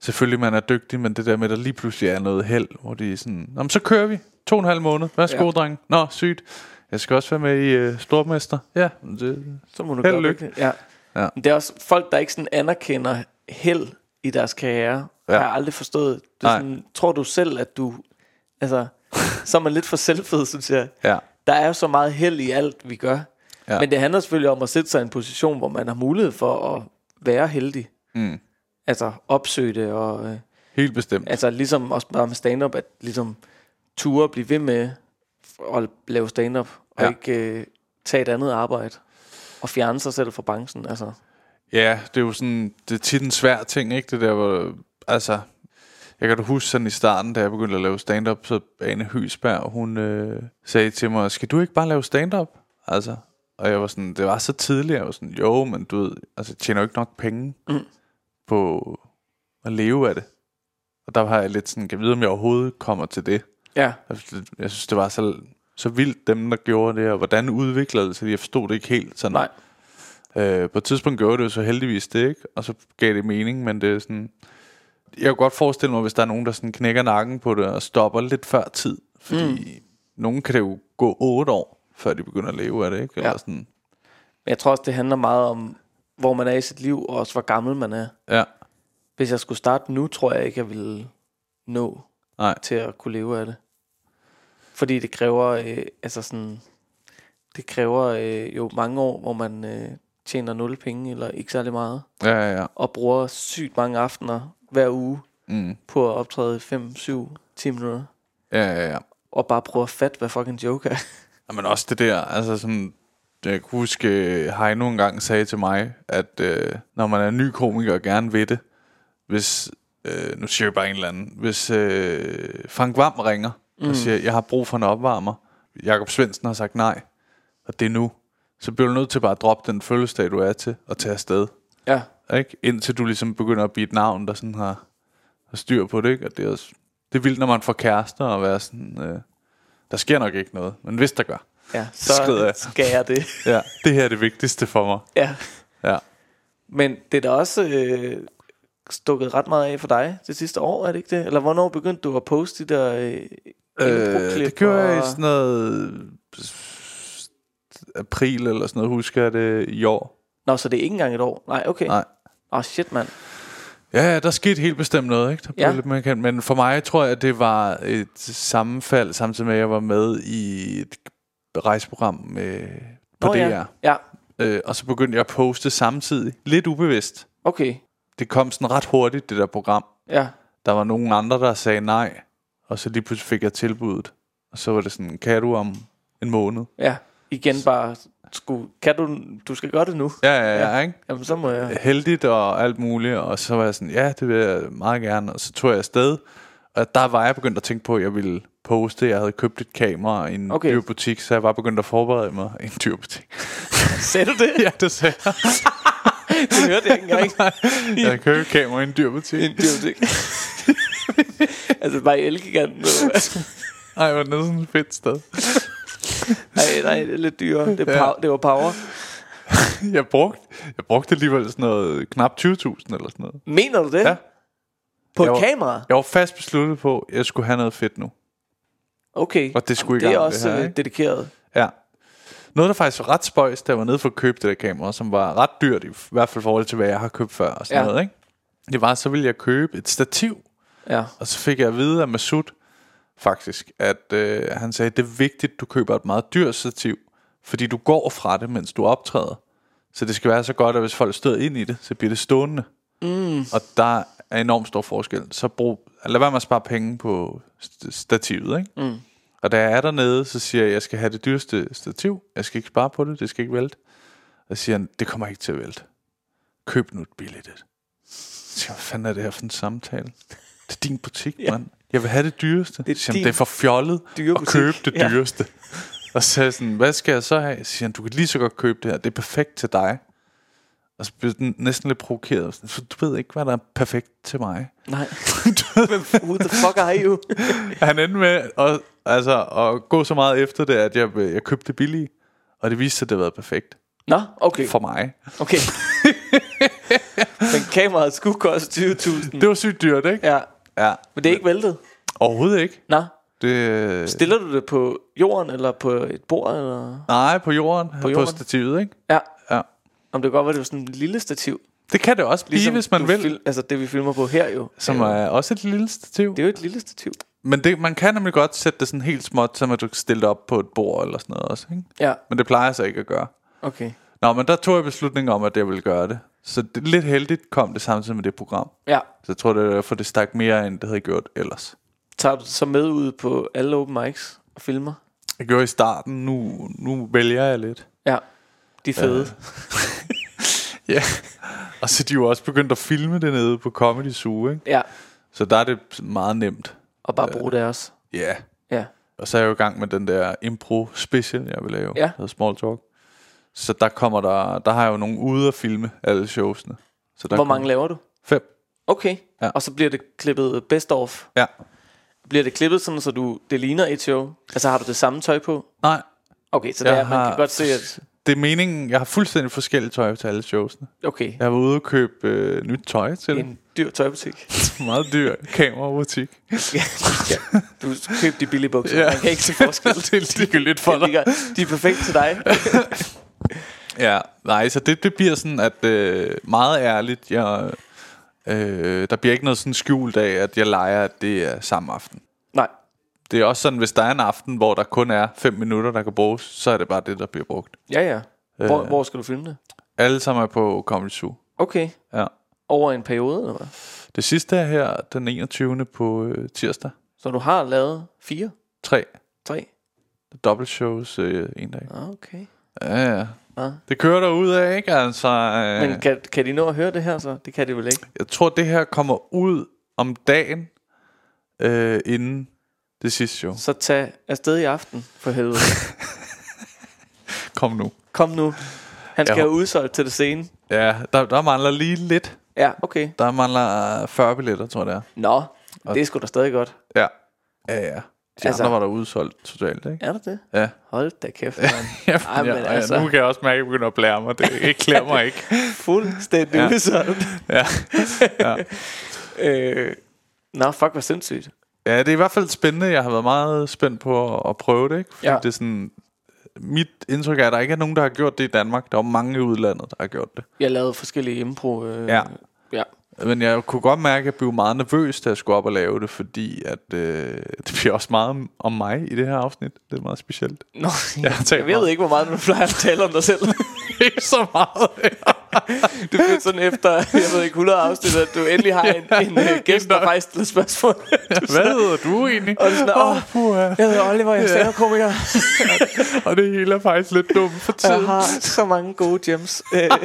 selvfølgelig man er dygtig, men det der med, at der lige pludselig er noget held, hvor de er sådan, nå, men så kører vi 2,5 måned. Værsgo, dreng. Nå, sygt. Jeg skal også være med i Stormester. Ja,
så må du gøre det. Ja. Det er også folk, der ikke sådan anerkender held i deres karriere. Har jeg aldrig forstået. Det er sådan, tror du selv, at du... Altså, så er man lidt for selvfed, synes jeg. Ja. Der er jo så meget held i alt, vi gør. Ja. Men det handler selvfølgelig om at sætte sig i en position, hvor man har mulighed for at være heldig. Altså opsøge det og...
Helt bestemt.
Altså ligesom også bare med stand-up, at ligesom ture blive ved med at lave stand-up, og ikke tage et andet arbejde, og fjerne sig selv fra branchen, altså. Ja,
det er jo sådan, det er tit en svær ting, ikke? Det der, hvor, altså, jeg kan da huske sådan i starten, da jeg begyndte at lave stand-up, så Ane Høsberg, hun sagde til mig, skal du ikke bare lave stand-up? Altså, og jeg var sådan, det var så tidligt, jeg var sådan, jo, men du ved, altså, jeg tjener jo ikke nok penge på at leve af det. Og der var jeg lidt sådan, kan jeg vide, om jeg overhovedet kommer til det? Ja. Jeg synes, det var så vildt, dem der gjorde det, og hvordan udviklede det, så jeg forstod det ikke helt sådan. Nej. På et tidspunkt gjorde det jo så heldigvis det, ikke? Og så gav det mening, men det er sådan... Jeg kan godt forestille mig, hvis der er nogen, der sådan knækker nakken på det, og stopper lidt før tid. Fordi nogen kan det jo gå 8 år, før de begynder at leve af det, ikke? Eller sådan.
Men jeg tror også, det handler meget om, hvor man er i sit liv, og også hvor gammel man er. Ja. Hvis jeg skulle starte nu, tror jeg ikke, jeg ville nå til at kunne leve af det. Fordi det kræver, det kræver jo mange år, hvor man tjener 0 penge, eller ikke særlig meget. Ja. Og bruger sygt mange aftener hver uge på at optræde 5, 7, 10 minutter. Ja. Og bare prøve at fatte, hvad fucking joke er.
Men også det der, altså sådan... Jeg kan huske, Heino engang sagde til mig, at når man er en ny komiker og gerne vil det, hvis, nu siger jeg bare en eller anden, hvis Frank Hvam ringer og siger, jeg har brug for en opvarmer, Jakob Svendsen har sagt nej, og det er nu, så bliver du nødt til bare at droppe den fødselsdag, du er til, og tage afsted. Ja. Ikke? Indtil du ligesom begynder at blive et navn, der sådan har styr på det, ikke? Og det er også, det er vildt, når man får kærester og være sådan, der sker nok ikke noget, men hvis der gør,
ja, så skal jeg det.
Ja, det her er det vigtigste for mig. Ja.
Men det er da også stukket ret meget af for dig det sidste år, er det ikke det? Eller hvornår begyndte du at poste de der intro-klip?
Det gjorde jeg i sådan noget april eller sådan noget, husker jeg det i år.
Nå, så det er ikke engang et år? Nej, okay. Nej. Shit, mand.
Ja, der skete helt bestemt noget, ikke? Der blev lidt mere kendt. Men for mig tror jeg, at det var et sammenfald, samtidig med at jeg var med i et rejseprogram på DR. Ja. Og så begyndte jeg at poste samtidig, lidt ubevidst.
Okay.
Det kom sådan ret hurtigt, det der program. Ja. Der var nogen andre, der sagde nej, og så lige pludselig fik jeg tilbuddet. Og så var det sådan, kan du om en måned?
Ja, igen bare, du skal gøre det nu.
Ja, ikke?
Jamen, så må jeg.
Heldigt og alt muligt, og så var jeg sådan, ja, det vil jeg meget gerne. Og så tog jeg afsted, og der var jeg begyndt at tænke på, at jeg ville poste. Jeg havde købt et kamera i en dyr butik, så jeg var begyndt at forberede mig i en dyr butik.
Sagde du det?
Ja, det sagde jeg.
Det hørte jeg ikke engang.
Jeg havde købt et kamera i en dyr butik.
En dyr butik. Altså bare i Elgiganten.
Nej, var det sådan et fedt sted.
Nej, det er lidt dyrere. Det var power.
Jeg brugte alligevel sådan noget knap 20.000 eller sådan noget.
Mener du det?
Ja.
På et kamera?
Jeg var fast besluttet på, at jeg skulle have noget fedt nu.
Okay.
Og det skulle
det er også det her,
dedikeret. Ja. Noget, der faktisk var ret spøjs, da jeg var nede for at købe det der kamera, som var ret dyrt, i hvert fald i forhold til, hvad jeg har købt før og sådan noget, ikke? Det var, så ville jeg købe et stativ. Ja. Og så fik jeg at vide af Masud, faktisk, at han sagde, det er vigtigt, du køber et meget dyrt stativ, fordi du går fra det, mens du optræder. Så det skal være så godt, at hvis folk støder ind i det, så bliver det stående. Og der er enormt stor forskel. Så lad være med at spare penge på stativet, ikke? Og da jeg er dernede, så siger jeg skal have det dyreste stativ. Jeg skal ikke spare på det, det skal ikke vælte. Og så siger han, det kommer ikke til at vælte. Køb nu et billigt et. Så siger, hvad fanden er det her for en samtale? Det er din butik, mand. Jeg vil have det dyreste. Det er for fjollet at købe det dyreste. Og så siger jeg sådan, hvad skal jeg så have? Så siger han, du kan lige så godt købe det her. Det er perfekt til dig. Og så blev den næsten lidt provokeret. Så du ved ikke, hvad der er perfekt til mig.
Nej. Who the fuck are you?
Han endte med at gå så meget efter det, at jeg købte det billige. Og det viste sig, at det havde været perfekt.
Nå, okay.
For mig.
Okay. Men kameraet skulle koste 20.000.
Det var sygt dyrt, ikke?
Ja.
Ja.
Men det er ikke væltet?
Overhovedet ikke.
Nå.
Det...
Stiller du det på jorden, eller på et bord? Eller?
Nej, på jorden. På stativet, ikke?
Ja.
Ja.
Om det kan godt være, det er sådan et lille stativ.
Det kan det også blive, ligesom hvis man vil.
Altså det vi filmer på her jo.
Som er også et lille stativ.
Det er jo et lille stativ.
Men det, man kan nemlig godt sætte det sådan helt småt, så man du kan stille det op på et bord eller sådan noget også, ikke?
Ja.
Men det plejer jeg så ikke at gøre.
Okay.
Nå, men der tog jeg beslutningen om, at jeg ville gøre det. Så det, lidt heldigt kom det samtidig med det program.
Ja.
Så jeg tror, det er derfor, det stak mere, end det havde gjort ellers.
Tager du så med ud på alle open mics og filmer?
Jeg gjorde i starten, nu vælger jeg lidt.
Ja, de er fede.
Ja, og så de jo også begyndt at filme det nede på Comedy Zoo, ikke?
Ja.
Så der er det meget nemt.
Og bare bruge det også.
Ja.
Ja.
Og så er jeg jo i gang med den der impro special, jeg vil lave.
Ja.
Der hedder Small Talk. Så der har jeg jo nogen ude at filme alle showsene. Så der
Hvor mange laver du?
5.
Okay.
Ja.
Og så bliver det klippet best of.
Ja.
Bliver det klippet sådan, så det ligner et show? Altså har du det samme tøj på?
Nej.
Okay, så man kan godt se, at...
Det er meningen, jeg har fuldstændig forskellige tøj til alle showsene.
Okay.
Jeg var ude og købe nyt tøj til
En dyr tøjbutik.
meget dyr kamerabutik.
Ja. Du køber de billige bukser. Ja. Man kan ikke se forskel.
Det er ligegyldigt for dig.
De er perfekt til dig.
Ja, nej, så det bliver sådan, at meget ærligt, der bliver ikke noget sådan skjult af, at jeg leger, at det er samme aften.
Nej.
Det er også sådan, hvis der er en aften, hvor der kun er 5 minutter, der kan bruges, så er det bare det, der bliver brugt.
Ja. Hvor skal du filme det?
Alle sammen er på Comedy Zoo.
Okay.
Ja.
Over en periode, eller hvad?
Det sidste er her, den 21. på tirsdag.
Så du har lavet 4?
3
3?
shows en dag.
Okay.
Ja. Det kører der ud af, ikke? Altså,
Men kan de nå at høre det her så? Det kan de vel ikke?
Jeg tror, det her kommer ud om dagen inden det sidste show.
Så tag afsted i aften, for helvede.
Kom nu.
Han skal have udsolgt til det scene.
Ja, der mangler lige lidt.
Ja, okay.
Der mangler 40 billetter, tror jeg det er.
Nå, det er sgu da stadig godt.
Ja. De andre var der udsolgt totalt, ikke?
Er det det?
Ja.
Hold da kæft, man.
Nu kan jeg også mærke, at jeg begynder at blære mig. Det klæder mig ikke.
Fuldstændig udsolgt.
Ja.
Nå, fuck, hvor sindssygt.
Ja, det er i hvert fald spændende. Jeg har været meget spændt på at prøve det, ikke? Fordi det er sådan... Mit indtryk er, at der ikke er nogen, der har gjort det i Danmark. Der er mange i udlandet, der har gjort det.
Jeg lavede forskellige impro.
Ja. Men jeg kunne godt mærke, at jeg blev meget nervøs, da jeg skulle op og lave det, fordi at det bliver også meget om mig i det her afsnit. Det er meget specielt.
Nå, jeg ved ikke, hvor meget du plejer at tale om dig selv.
Ikke så meget.
Det bliver sådan efter, jeg ved ikke, 100 afsnit, at du endelig har en gæst, der faktisk stiller spørgsmål.
Hvad hedder du egentlig?
Og sådan, jeg hedder Oliver, jeg er stand-up-komiker.
Og det hele er faktisk lidt dumt for tiden.
Jeg har så mange gode gems.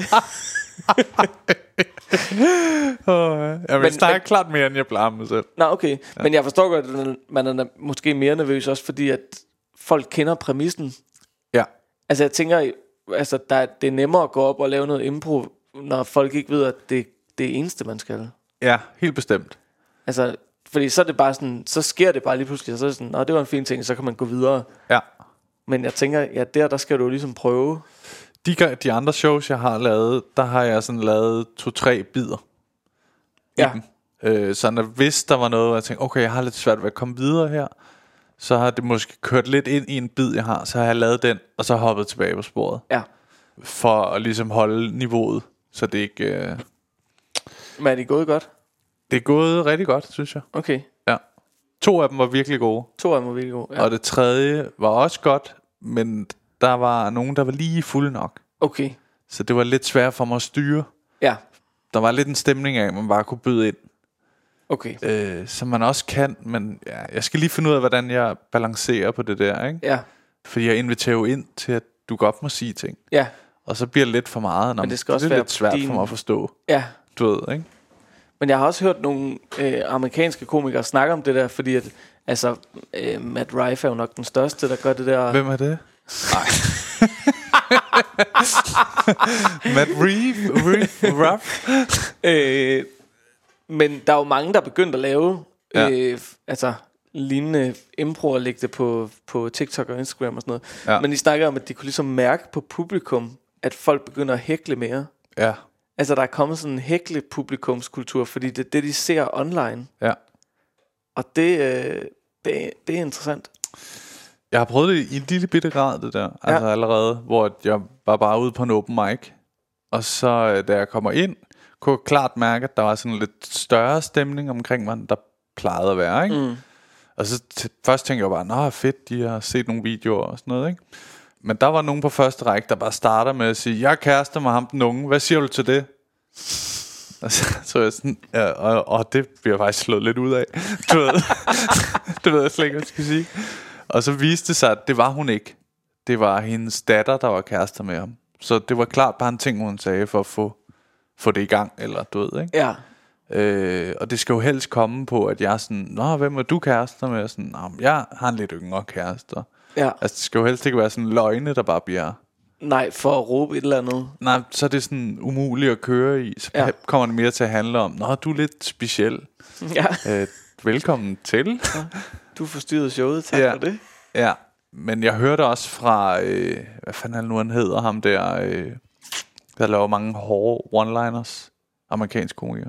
Jeg vil snakke klart mere, end jeg plejer mig selv.
Nå, okay. Ja. Men jeg forstår godt, at man er måske mere nervøs også, fordi at folk kender præmissen.
Ja.
Altså jeg tænker, altså det er nemmere at gå op og lave noget impro, når folk ikke ved, at det er det eneste, man skal.
Ja, helt bestemt.
Altså, fordi så er det bare sådan, så sker det bare lige pludselig, og så er det sådan, nå, det var en fin ting, så kan man gå videre.
Ja.
Men jeg tænker, ja, der skal du ligesom prøve.
De andre shows, jeg har lavet, der har jeg sådan lavet 2-3 bidder.
Ja.
Så hvis der var noget, hvor jeg tænkte, okay, jeg har lidt svært ved at komme videre her, så har det måske kørt lidt ind i en bid, jeg har, så har jeg lavet den, og så hoppet tilbage på sporet.
Ja.
For at ligesom holde niveauet, så det ikke...
Men er det gået godt?
Det er gået rigtig godt, synes jeg.
Okay.
Ja. 2 af dem var virkelig gode.
2 af dem var virkelig gode, ja.
Og det tredje var også godt, men der var nogen, der var lige fuld nok.
Okay.
Så det var lidt svært for mig at styre.
Ja.
Der var lidt en stemning af, at man bare kunne byde ind.
Okay.
Som man også kan, men ja, jeg skal lige finde ud af, hvordan jeg balancerer på det der, ikke?
Ja.
Fordi jeg inviterer jo ind til, at du godt må sige ting.
Ja.
Og så bliver det lidt for meget.
Men det skal også
være lidt svært for mig at forstå.
Ja.
Du ved, ikke? Men
jeg har også hørt nogle amerikanske komikere snakke om det der, fordi at, altså, Matt Rife er jo nok den største, der gør det der.
Hvem er det? Nej. Matt Rife.
Men der er jo mange, der er begyndt at lave altså lignende impro og lægge det på TikTok og Instagram og sådan noget. Ja. Men de snakker om, at de kunne ligesom mærke på publikum, at folk begynder at hækle mere.
Ja.
Altså der er kommet sådan en hækle publikumskultur, fordi det er det de ser online.
Ja.
Og det er interessant.
Jeg har prøvet det i en lille bitte grad, det der. Altså allerede, hvor jeg var bare ude på en open mic. Og så da jeg kommer ind, kunne jeg klart mærke, at der var sådan lidt større stemning omkring mig, der plejede at være, ikke? Mm. Og så først tænkte jeg bare, nå fedt, de har set nogle videoer og sådan noget, ikke? Men der var nogen på første række, der bare starter med at sige, jeg er kærester med ham den unge, hvad siger du til det? Og så er jeg sådan, ja, og det bliver faktisk slået lidt ud af. Du ved, det ved jeg slet ikke, hvad jeg skal sige. Og så viste det sig, at det var hun ikke. Det var hendes datter, der var kærester med ham. Så det var klart bare en ting, hun sagde, for at få det i gang, eller du ved, ikke?
Ja.
Og det skal jo helst komme på, at jeg er sådan, nå, hvem er du kærester med? Sådan, nå, jeg har en lidt yngre kærester.
Ja.
Altså det skal jo helst ikke være sådan løgne, der bare bliver...
Nej, for at råbe et eller andet.
Nej, så er det sådan umuligt at køre i. Så kommer det mere til at handle om, nå, du er lidt speciel. Ja. Velkommen til.
Ja. Du forstyrrede showet, tak for det.
Ja, men jeg hørte også fra, hvad fanden nu han hedder, ham der laver mange hårde one-liners. Amerikansk komiker.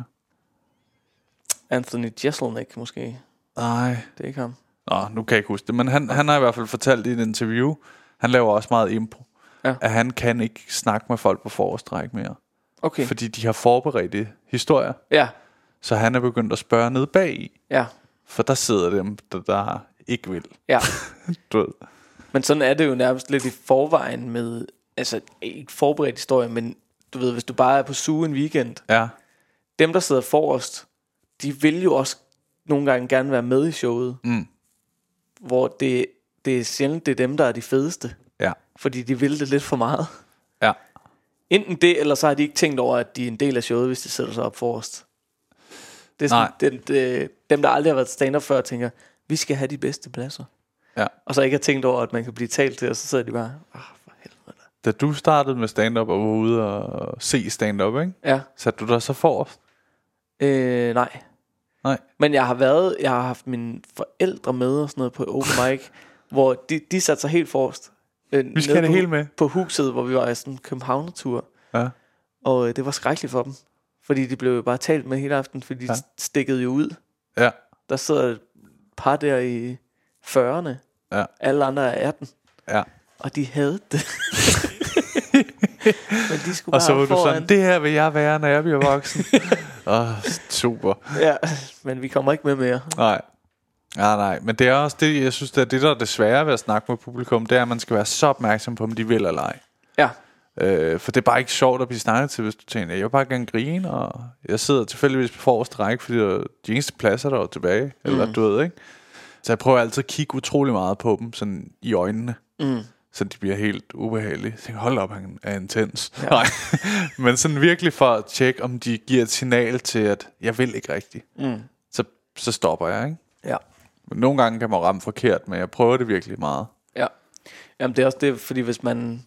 Anthony Jeselnik måske.
Nej.
Det er ikke ham.
Nå, nu kan jeg ikke huske det. Men han har i hvert fald fortalt i et interview, han laver også meget impro, at han kan ikke snakke med folk på forrestræk mere.
Okay.
Fordi de har forberedt historier.
Ja.
Så han er begyndt at spørge ned bag.
Ja.
For der sidder dem, der ikke vil.
Ja.
Du ved.
Men sådan er det jo nærmest lidt i forvejen med, altså ikke forberedt historie, men du ved, hvis du bare er på suge en weekend.
Ja.
Dem, der sidder forrest, de vil jo også nogle gange gerne være med i showet.
Mm.
Hvor det er sjældent, det er dem, der er de fedeste.
Ja.
Fordi de vil det lidt for meget.
Ja.
Enten det, eller så har de ikke tænkt over, at de er en del af showet, hvis de sætter sig op forrest. Det er sådan, dem, der aldrig har været stand-up før, tænker, vi skal have de bedste pladser.
Ja.
Og så ikke har tænkt over, at man kan blive talt til, og så sidder de bare, for helvede.
Da du startede med stand-up og var ude og se stand-up, ikke?
Ja.
Satte du dig så forrest?
Nej. Men jeg har haft mine forældre med og sådan noget på open mic, hvor de satte sig helt forrest.
Vi skal have det helt med.
På huset, hvor vi var i sådan en Københavner-tur.
Ja.
Og det var skrækkeligt for dem. Fordi de blev jo bare talt med hele aften, fordi de stikkede jo ud.
Ja.
Der sidder et par der i 40'erne.
Ja.
Alle andre er 18.
Ja.
Og de havde det. Men de skulle
og så var
du
sådan, det her vil jeg være, når jeg bliver voksen. Super.
Ja, men vi kommer ikke med mere.
Nej, men det er også det, jeg synes, det er det, der er det svære ved at snakke med publikum, det er, at man skal være så opmærksom på, om de vil eller ej.
Ja.
For det er bare ikke sjovt at blive snakket til, hvis du tænker, jeg vil bare gerne grine, og jeg sidder tilfældigvis på forreste række, fordi de eneste pladser, der er tilbage, eller du ved, ikke? Så jeg prøver altid at kigge utrolig meget på dem, sådan i øjnene, så de bliver helt ubehagelige. Jeg tænker, hold op, han er intens. Ja. Nej. Men sådan virkelig for at tjekke, om de giver et signal til, at jeg vil ikke rigtigt. Så stopper jeg, ikke?
Ja.
Men nogle gange kan man ramme forkert, men jeg prøver det virkelig meget.
Ja. Jamen det er også det, fordi hvis man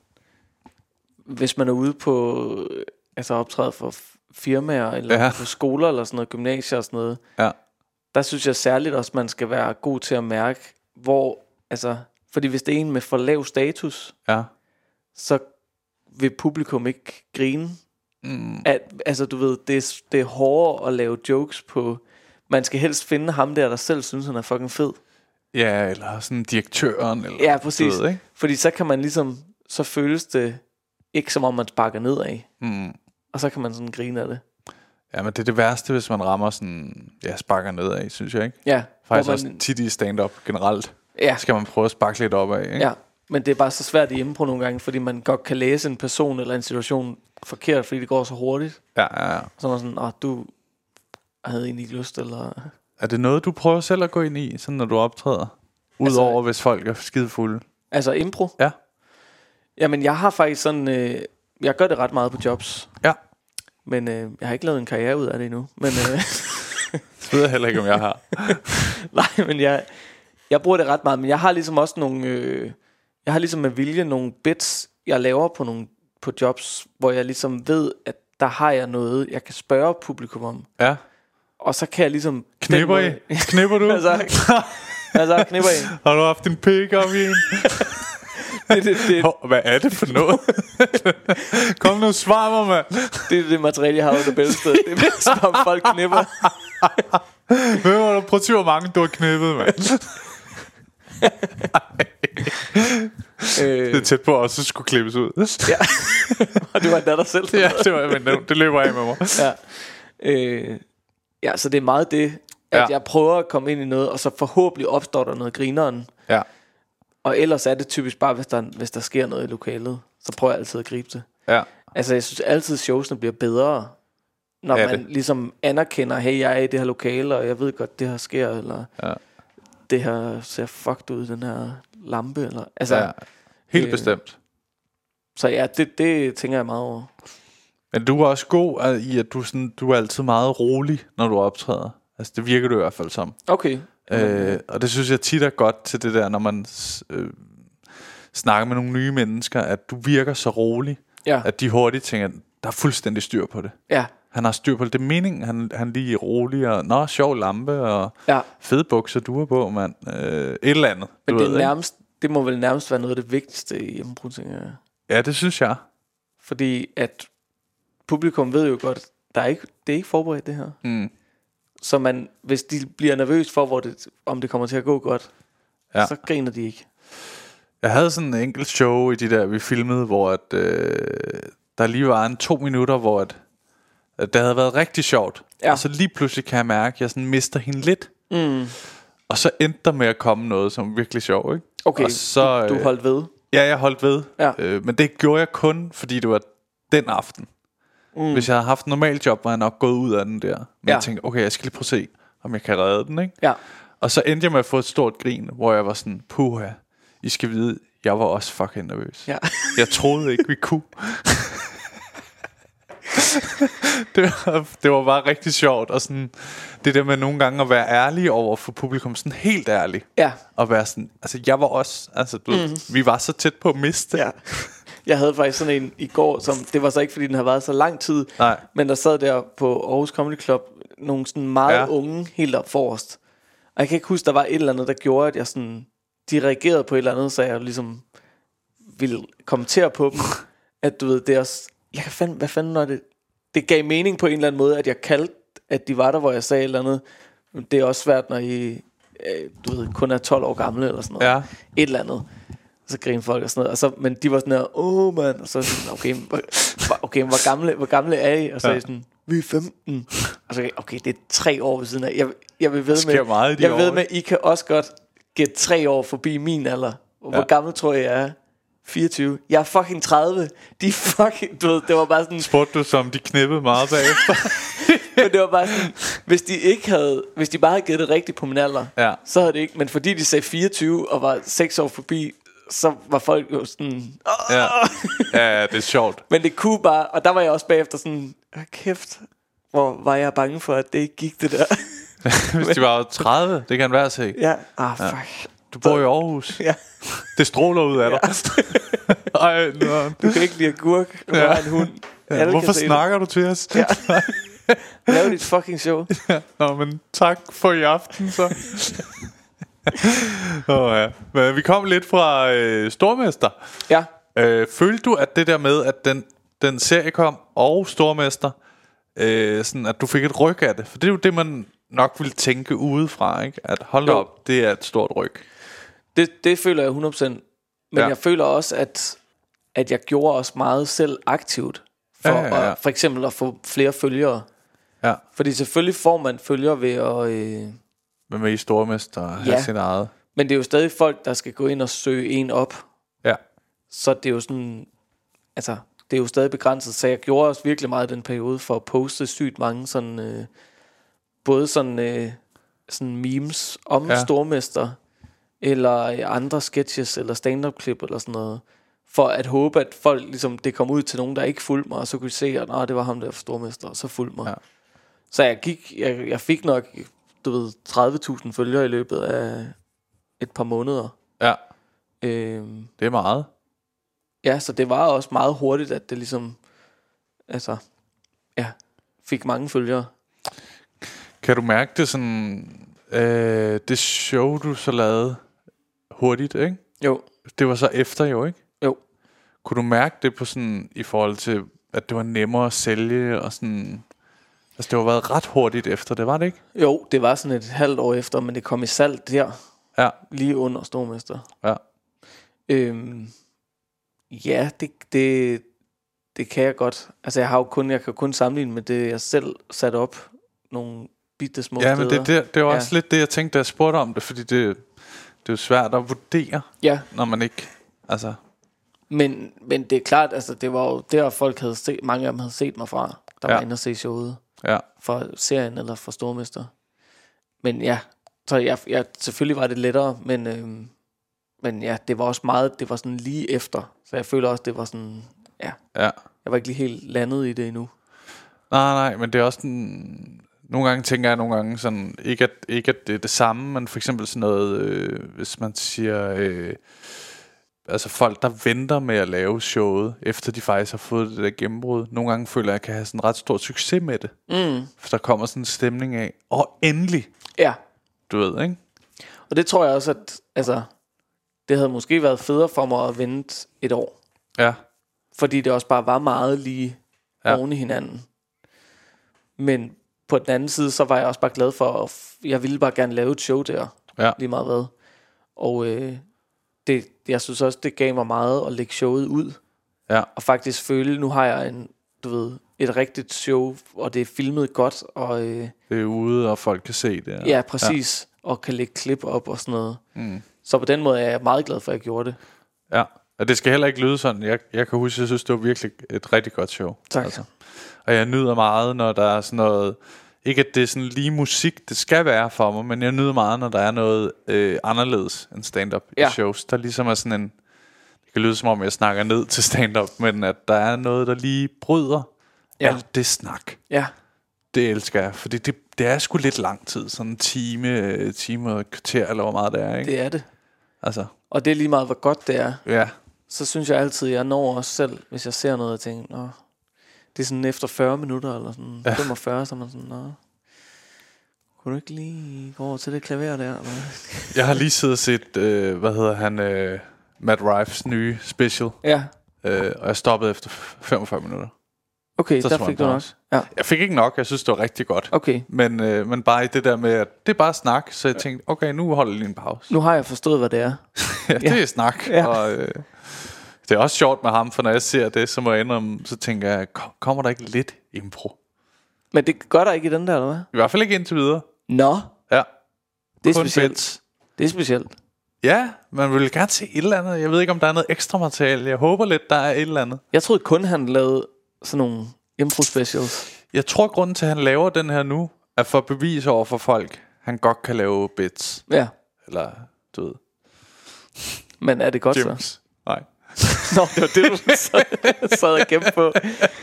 er ude på optræde for firmaer eller på skoler eller sådan noget, gymnasier og sådan noget, der synes jeg særligt også, man skal være god til at mærke, hvor, fordi hvis det er en med for lav status, så vil publikum ikke grine. Du ved, det er hårdere at lave jokes på. Man skal helst finde ham der selv synes, han er fucking fed.
Ja, eller sådan direktøren. Eller
ja, præcis.
Ved, ikke?
Fordi så kan man ligesom, så føles det ikke som om man sparker nedad. Og så kan man sådan grine af det. Ja,
men det er det værste, hvis man rammer sådan, sparker nedad, synes jeg, ikke?
Ja.
Faktisk også tit i stand-up generelt. Ja. Skal man prøve at sparke lidt opad, ikke?
Ja, men det er bare så svært i impro nogle gange, fordi man godt kan læse en person eller en situation forkert, fordi det går så hurtigt.
Ja.
Så er man sådan, du havde egentlig ikke lyst, eller...
Er det noget, du prøver selv at gå ind i, sådan når du optræder? Udover hvis folk er skidefulde.
Altså impro?
Ja.
Jamen, jeg har faktisk sådan... jeg gør det ret meget på jobs.
Ja.
Men jeg har ikke lavet en karriere ud af det endnu. Men,
det ved jeg heller ikke, om jeg har.
Nej, men jeg bruger det ret meget. Men jeg har ligesom også nogle... jeg har ligesom med vilje nogle bits, jeg laver på jobs, hvor jeg ligesom ved, at der har jeg noget, jeg kan spørge publikum om.
Ja.
Og så kan jeg ligesom...
Knipper I? Knipper du?
altså knipper I?
Har du haft din pik op i en? Hvad er det for noget? Kom nu, svar mig, mand.
Det er det materiale, jeg har under bæltestedet. Det er mest, om folk knipper.
Prøv at se, hvor mange du har knippet, mand. Det er tæt på også skulle klippes ud.
Ja. Og det var endda dig selv.
Ja, det var, men det løber af med mig.
Ja. Ja, så det er meget det, at jeg prøver at komme ind i noget, og så forhåbentlig opstår der noget grineren.
Ja.
Og ellers er det typisk bare, hvis der sker noget i lokalet, så prøver jeg altid at gribe det.
Ja.
Altså, jeg synes altid, showsene bliver bedre, når man ligesom anerkender, hey, jeg er i det her lokale, og jeg ved godt, det her sker, eller det her ser fucked ud, den her lampe, eller altså.
Helt bestemt.
Så ja, det tænker jeg meget over.
Men du er også god i, at du er altid meget rolig, når du optræder. Altså, det virker du i hvert fald som.
Okay.
Og det synes jeg tit er godt til det der, når man snakker med nogle nye mennesker, at du virker så rolig, at de hurtigt tænker, der er fuldstændig styr på det.
Ja.
Han har styr på det. Det er meningen, han lige er rolig, og sjov lampe, og fede bukser, du er på, mand. Et eller andet.
Men det må vel nærmest være noget af det vigtigste i hjemmebrug, tænker jeg.
Ja, det synes jeg.
Fordi at publikum ved jo godt, det er ikke forberedt det her.
Mm.
Så hvis de bliver nervøs for, om det kommer til at gå godt, så griner de ikke. Jeg
havde sådan en enkelt show i de der, vi filmede, hvor at, der lige var 2 minutter, hvor at det havde været rigtig sjovt. Og så lige pludselig kan jeg mærke, at jeg sådan mister hende lidt. Mm. Og så endte der med at komme noget, som virkelig sjov, ikke?
Okay,
og så,
du holdt ved?
Ja, jeg holdt ved. Ja. Men det gjorde jeg kun, fordi det var den aften. Mm. Hvis jeg havde haft en normal job, var jeg nok gået ud af den der. Men jeg tænkte, okay, jeg skal lige prøve at se, om jeg kan redde den, ikke? Ja. Og så endte jeg med at få et stort grin, hvor jeg var sådan, puha, I skal vide, jeg var også fucking nervøs. Ja. Jeg troede ikke, vi kunne. det var bare rigtig sjovt. Og sådan, det der med nogle gange at være ærlig over for publikum, sådan helt ærlig. Ja. Og være sådan, altså jeg var også, altså vi var så tæt på at miste. Ja.
Jeg havde faktisk sådan en i går, som det var så ikke fordi den havde været så lang tid. Nej. Men der sad der på Aarhus Comedy Club nogle sådan meget unge helt op forrest. Og jeg kan ikke huske, der var et eller andet, der gjorde, at jeg sådan, de reagerede på et eller andet, så jeg ligesom ville kommentere på dem. At du ved, det er også, hvad fanden var det? Det gav mening på en eller anden måde, at jeg kaldte, at de var der, hvor jeg sagde et eller andet. Det er også svært, når I du ved, kun er 12 år gamle eller sådan noget. Ja. Et eller andet. Så griner folk og sådan noget. Og så, men de var sådan her, mand. Og så sådan, okay, hvor gamle er I? Og så er I sådan, vi er 15. Og så okay, det er 3 år ved siden af. Jeg vil ved med, I kan også godt gætte 3 år forbi min alder. Hvor gammel tror jeg er? 24. Jeg er fucking 30. De fucking, du ved, det var bare sådan.
Spurgte du, som de knippede meget bagefter?
Men det var bare sådan, hvis de bare havde givet det rigtigt på min alder, så havde det ikke. Men fordi de sagde 24 og var 6 år forbi, så var folk jo sådan.
Ja, det er sjovt.
Men det kunne bare, og der var jeg også bagefter sådan, kæft, hvor var jeg bange for, at det ikke gik det der.
Hvis de var 30, det kan være at se.
Ja, fuck.
Du bor i Aarhus. Ja. Det stråler ud af dig. Ej,
du kan ikke lide agurk. Du har en hund.
Ja, hvorfor snakker du til os? Ja.
Lav dit fucking show.
Ja. Nå, men tak for i aften så. Men vi kom lidt fra Stormester. Ja. Følte du, at det der med, at den serie kom, og Stormester, sådan at du fik et ryg af det? For det er jo det, man nok ville tænke udefra, ikke? At hold op, det er et stort ryg.
Det føler jeg 100%. Men jeg føler også, at jeg gjorde også meget selv aktivt for at, for eksempel at få flere følgere. Ja. Fordi selvfølgelig får man følgere ved at
med i Stormester og have sin eget.
Men det er jo stadig folk, der skal gå ind og søge en op. Ja. Så det er jo sådan, altså det er jo stadig begrænset. Så jeg gjorde også virkelig meget i den periode for at poste sygt mange sådan både sådan memes om Stormester, eller andre sketches, eller stand-up klip, eller sådan noget, for at håbe, at folk ligesom, det kom ud til nogen, der ikke fulgte mig, og så kunne de se, at det var ham der for Stormester, og så fulgte mig. Ja. Så jeg fik nok, du ved, 30.000 følgere i løbet af et par måneder. Ja.
Det er meget.
Ja, så det var også meget hurtigt, at det ligesom, altså, fik mange følgere.
Kan du mærke det sådan, det show du så lavede hurtigt, ikke?
Jo.
Det var så efter jo, ikke? Kunne du mærke det på sådan, i forhold til, at det var nemmere at sælge, og sådan... Altså, det har været ret hurtigt efter det, var det ikke?
Jo, det var sådan et halvt år efter, men det kom i salg der.
Ja.
Lige under Stormester.
Ja.
Ja, det kan jeg godt. Altså, jeg kan kun sammenligne med det, jeg selv satte op. Nogle bitte små steder.
Ja, men det var også lidt det, jeg tænkte, da jeg spurgte om det, fordi det er jo svært at vurdere, når man ikke... Altså...
Men det er klart, altså, det var jo der, folk havde set, mange af dem havde set mig fra, der var inde og se showet. Ja. Fra serien eller fra Stormester. Men ja, så jeg selvfølgelig var det lettere, men ja, det var også meget, det var sådan lige efter. Så jeg føler også, det var sådan, ja. Jeg var ikke lige helt landet i det endnu.
Nej, men det er også sådan, nogle gange tænker jeg nogle gange sådan, ikke at det er det samme, men for eksempel sådan noget, hvis man siger, altså folk, der venter med at lave showet, efter de faktisk har fået det der gennembrud. Nogle gange føler jeg, at jeg kan have sådan ret stor succes med det. For der kommer sådan en stemning af, endelig.
Ja.
Du ved, ikke?
Og det tror jeg også, at altså, det havde måske været federe for mig at vente et år.
Ja.
Fordi det også bare var meget lige oven i hinanden. Men på den anden side, så var jeg også bare glad for, at jeg ville bare gerne lave et show der. Ja. Lige meget hvad. Og jeg synes også, det gav mig meget at lægge showet ud. Ja. Og faktisk føle, nu har jeg et rigtigt show, og det er filmet godt. Og,
det er ude, og folk kan se det.
Ja, præcis. Ja. Og kan lægge klip op og sådan noget. Så på den måde er jeg meget glad for, at jeg gjorde det.
Ja, og det skal heller ikke lyde sådan. Jeg kan huske, jeg synes, det var virkelig et rigtig godt show.
Tak. Altså.
Og jeg nyder meget, når der er sådan noget... Ikke at det er sådan lige musik, det skal være for mig, men jeg nyder meget, når der er noget anderledes end stand-up i shows. Der ligesom er sådan en... Det kan lyde som om, jeg snakker ned til stand-up, men at der er noget, der lige bryder alt det snak. Ja. Det elsker jeg, fordi det er sgu lidt lang tid. Sådan en time og kvarter, eller hvor meget det er, ikke?
Det er det.
Altså.
Og det er lige meget, hvor godt det er.
Ja.
Så synes jeg altid, jeg når også selv, hvis jeg ser noget og tænker, det er sådan efter 40 minutter, eller sådan 45, så man sådan, kunne du ikke lige gå over til det klaver der? Eller?
Jeg har lige siddet og set, Matt Rives nye special. Ja. Og jeg stoppede efter 45 minutter.
Okay, så der fik du nok.
Ja. Jeg fik ikke nok, jeg synes det var rigtig godt.
Okay.
Men bare i det der med, at det er bare snak, så jeg tænkte, okay, nu holder jeg lige en pause.
Nu har jeg forstået, hvad det er.
Ja, det er snak. Ja. Og det er også sjovt med ham, for når jeg ser det, så må jeg indrømme, så tænker jeg, kommer der ikke lidt impro?
Men det gør der ikke i den der, eller hvad?
I hvert fald ikke indtil videre.
Nå.
Ja.
Det er specielt. Det er specielt.
Ja, man vil gerne se et eller andet. Jeg ved ikke, om der er noget ekstra materiale. Jeg håber lidt, der er et eller andet.
Jeg troede kun, han lavede sådan nogle impro specials.
Jeg tror, grunden til, at han laver den her nu, er for at bevise over for folk, han godt kan lave bits.
Ja.
Eller, du ved.
Men er det godt
James.
så?
Nej.
Nå, det var det, du sad og gemte på.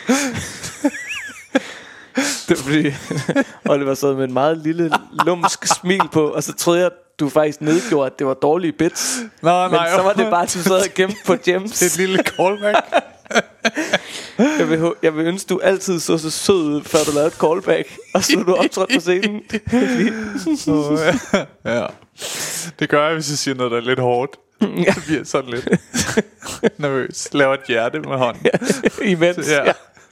Det er fordi Oliver sad med en meget lille lumsk smil på, og så troede jeg, du faktisk nedgjorde, at det var dårlige bits.
Nej,
men så var det bare, at du sad og gemte på James.
Et lille callback.
Jeg vil ønske, du altid så sød ud, før du lavede et callback, og så du optrådte på scenen.
Ja. Det gør jeg, hvis jeg siger noget, der er lidt hårdt. Så bliver jeg sådan lidt nervøs. Laver et hjerte med hånden.
Imens, ja.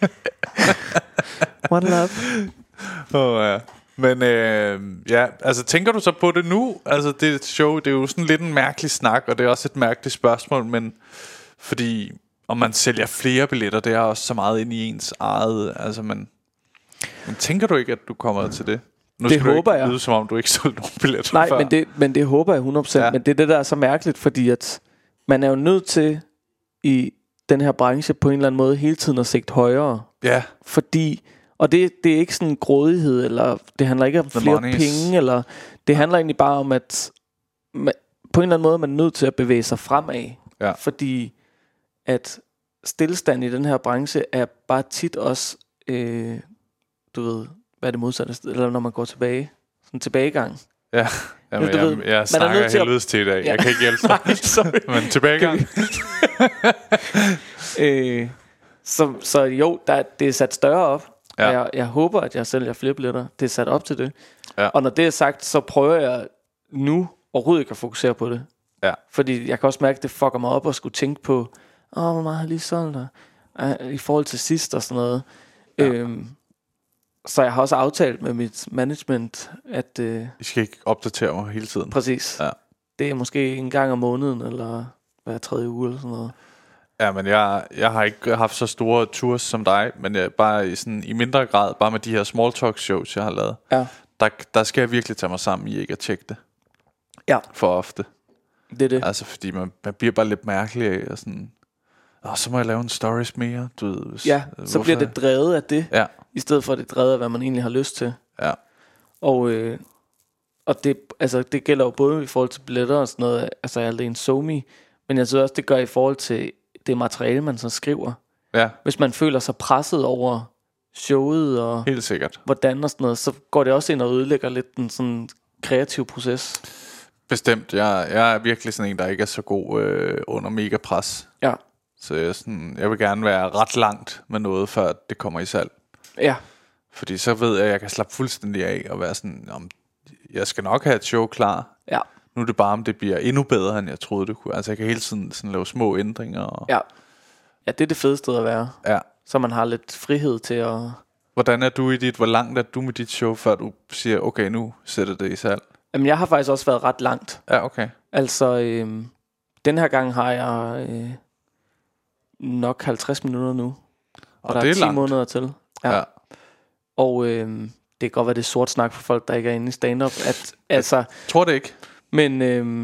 One love.
Ja. Men altså tænker du så på det nu? Altså det show, det er jo sådan lidt en mærkelig snak, og det er også et mærkeligt spørgsmål, men fordi om man sælger flere billetter, det er også så meget ind i ens eget. Altså men tænker du ikke, at du kommer til det? Nu
det håber jeg.
Det lyder som om du ikke solgte nogen billetter.
Nej,
før.
men det håber jeg 100%. Ja. Men det er det, der er så mærkeligt, fordi at man er jo nødt til i den her branche på en eller anden måde hele tiden at sigte højere.
Ja.
Fordi, og det er ikke sådan en grådighed, eller det handler ikke om flere penge, eller det handler egentlig bare om, at på en eller anden måde er man nødt til at bevæge sig fremad.
Ja.
Fordi at stillestand i den her branche er bare tit også, du ved, hvad er det modsatte, eller når man går tilbage, sådan tilbagegang.
Ja. Jamen, jeg snakker helvedes til i dag. Jeg kan ikke hjælpe dig.
Nej,
men tilbagegang.
Så jo, det er sat større op. Ja. Og jeg håber, at jeg sælger flere billetter. Det er sat op til det. Ja. Og når det er sagt, så prøver jeg nu overhovedet ikke at fokusere på det.
Ja.
Fordi jeg kan også mærke, at det fucker mig op at skulle tænke på, hvor meget har jeg lige solgt i forhold til sidst og sådan noget. Så jeg har også aftalt med mit management, at
I skal ikke opdatere mig hele tiden.
Præcis. Ja. Det er måske en gang om måneden, eller hver 3. uge eller sådan noget.
Ja, men jeg har ikke haft så store tours som dig, men jeg bare i mindre grad, bare med de her small talk shows, jeg har lavet.
Ja.
Der skal jeg virkelig tage mig sammen i ikke at tjekke det.
Ja.
For ofte.
Det er det.
Altså, fordi man bliver bare lidt mærkelig af, og sådan, så må jeg lave en stories mere, du ved.
Ja, så bliver det drevet af det,
i
stedet for at det drevet af, hvad man egentlig har lyst til.
Ja.
Og det, altså, det gælder jo både i forhold til billetter og sådan noget, altså Alene SoMe, men jeg synes også, det gør i forhold til det materiale, man så skriver.
Ja.
Hvis man føler sig presset over showet og
helt sikkert
hvordan og sådan noget, så går det også ind og ødelægger lidt den sådan kreative proces.
Bestemt. Jeg er virkelig sådan en, der ikke er så god under mega pres.
Ja.
Så jeg vil gerne være ret langt med noget, før det kommer i salg.
Ja.
Fordi så ved jeg, at jeg kan slappe fuldstændig af og være sådan, jeg skal nok have et show klar.
Ja.
Nu er det bare, om det bliver endnu bedre, end jeg troede det kunne. Altså jeg kan hele tiden sådan lave små ændringer. Og
ja, det er det fede sted at være.
Ja.
Så man har lidt frihed til at...
Hvordan er du hvor langt er du med dit show, før du siger, okay, nu sætter det i salg?
Jamen jeg har faktisk også været ret langt.
Ja, okay.
Altså, den her gang har jeg nok 50 minutter nu. Og der er 10 måneder til. Ja. Og det kan godt være, det er sort snak for folk, der ikke er inde i stand-up. Altså,
jeg tror det ikke.
Men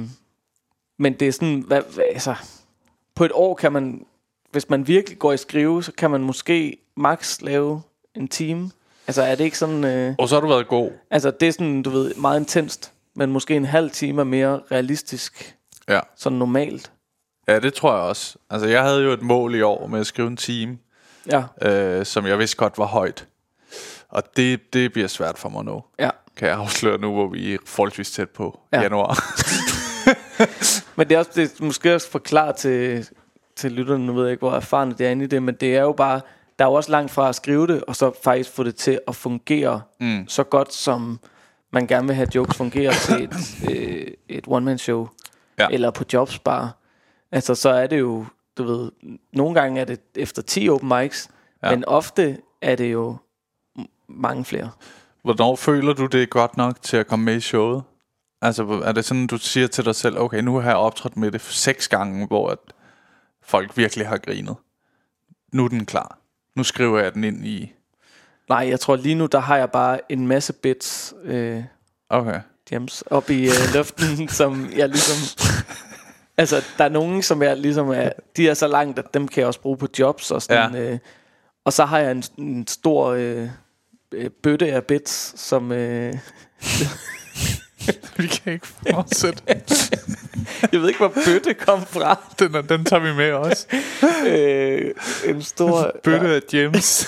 det er sådan, altså, på et år kan man, hvis man virkelig går i skrive, så kan man måske max lave en time. Altså er det ikke sådan...
og så har du været god.
Altså det er sådan, du ved, meget intenst. Men måske en halv time er mere realistisk.
Ja.
Sådan normalt.
Ja, det tror jeg også. Altså jeg havde jo et mål i år med at skrive en time.
Ja.
Som jeg vidste godt var højt. Og det bliver svært for mig nu.
Ja.
Kan jeg afsløre nu, hvor vi er forholdsvis tæt på januar.
Men det er også det, måske også forklare til lytterne, nu ved jeg ikke, hvor erfarne det er inde i det, men det er jo bare, der er jo også langt fra at skrive det, og så faktisk få det til at fungere så godt, som man gerne vil have jokes fungere til et one-man-show, eller på jobs bare. Altså, så er det jo, du ved, nogle gange er det efter 10 open mics, men ofte er det jo mange flere.
Hvornår føler du, det er godt nok til at komme med i showet? Altså, er det sådan, du siger til dig selv, okay, nu har jeg optrådt med det 6 gange, hvor at folk virkelig har grinet. Nu er den klar. Nu skriver jeg den ind i...
Nej, jeg tror lige nu, der har jeg bare en masse bits James, op i luften, som jeg ligesom... Altså, der er nogen, som jeg ligesom er... De er så langt, at dem kan jeg også bruge på jobs og sådan. Og så har jeg en stor bøtte af bits, som...
Vi kan ikke fortsætte.
Jeg ved ikke, hvor bøtte kom fra.
Den tager vi med også.
En stor...
Bøtte af James.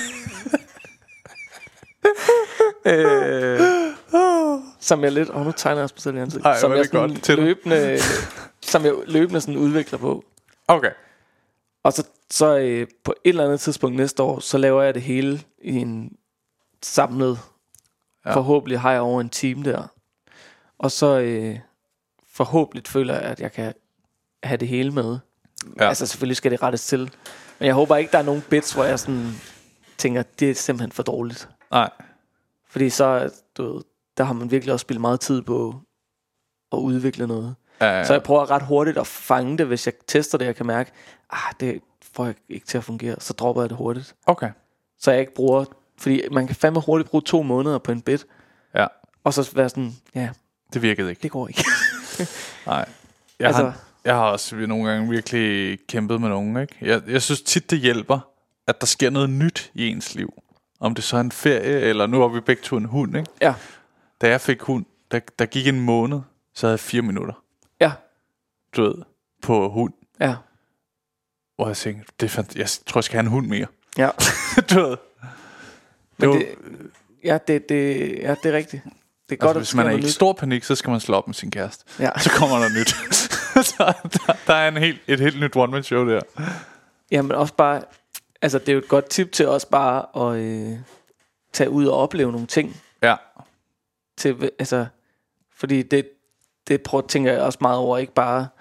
Som jeg lidt... nu tegner jeg specielt i ansigt.
Som jeg sådan
løbende... som jeg løbende sådan udvikler på.
Okay.
Og så på et eller andet tidspunkt næste år, så laver jeg det hele i en samlet... Forhåbentlig har jeg over en time der. Og så forhåbentlig føler jeg, at jeg kan have det hele med. Altså selvfølgelig skal det rettes til. Men jeg håber ikke, der er nogen bits, hvor jeg sådan tænker, det er simpelthen for dårligt.
Nej.
Fordi så, du ved, der har man virkelig også spillet meget tid på at udvikle noget. Så jeg prøver ret hurtigt at fange det, hvis jeg tester det, jeg kan mærke, det får jeg ikke til at fungere, så dropper jeg det hurtigt.
Okay.
Så jeg ikke bruger, fordi man kan fandme hurtigt bruge 2 måneder på en bit.
Ja.
Og så være sådan,
det virkede ikke.
Det går ikke.
Nej. Jeg har også nogle gange virkelig kæmpet med nogen, ikke? Jeg synes tit, det hjælper, at der sker noget nyt i ens liv. Om det så er en ferie, eller nu har vi begge to en hund, ikke?
Ja.
Da jeg fik hund, der gik en måned, så havde jeg 4 minutter.
Ja.
Du ved, på hund.
Ja.
Hvor jeg tænkte, jeg tror, jeg skal have en hund mere.
Ja.
Du ved.
Men det er rigtigt. Det er godt,
hvis man er i stor panik, så skal man slå op med sin kæreste.
Ja.
Så kommer der nyt. der er et helt nyt one-man-show der.
Jamen også bare, altså det er jo et godt tip til os bare at tage ud og opleve nogle ting.
Ja.
Fordi det tænker jeg også meget over, ikke bare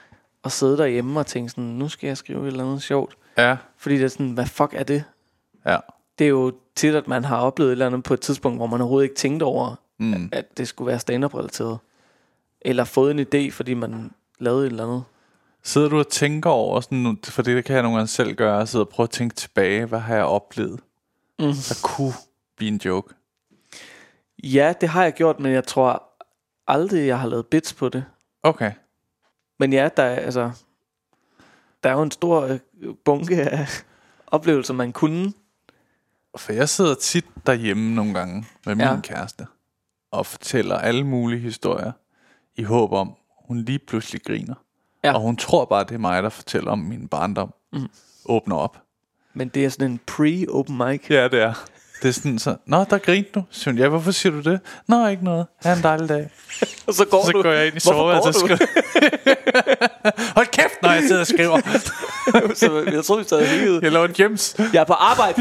at sidde derhjemme og tænke sådan, nu skal jeg skrive et eller andet sjovt.
Ja.
Fordi det er sådan, hvad fuck er det?
Ja.
Det er jo tit, at man har oplevet et eller andet på et tidspunkt, hvor man overhovedet ikke tænkte over, at det skulle være stand-up-relateret. Eller fået en idé, fordi man lavede et eller andet.
Sidder du og tænker over sådan, for det kan jeg nogle gange selv gøre, at sidde og prøve at tænke tilbage, hvad har jeg oplevet? Der kunne blive en joke.
Ja, det har jeg gjort, men jeg tror aldrig, jeg har lavet bits på det.
Okay.
Men ja, der er jo en stor bunke af oplevelser, man kunne.
For jeg sidder tit derhjemme nogle gange med min kæreste og fortæller alle mulige historier i håb om, hun lige pludselig griner. Ja. Og hun tror bare, det er mig, der fortæller om min barndom. Åbner op.
Men det er sådan en pre-open mic.
Ja, det er. Det er sådan så, nå, der grinte du. Så ja, hvorfor siger du det? Nå, ikke noget. Ha' en dejlig dag.
Og så går
jeg ind i soveværelset og skriver. Hold kæft, når jeg sidder og skriver.
Så jeg tror, vi stadig hygget.
Jeg laver en gems.
Jeg er på arbejde.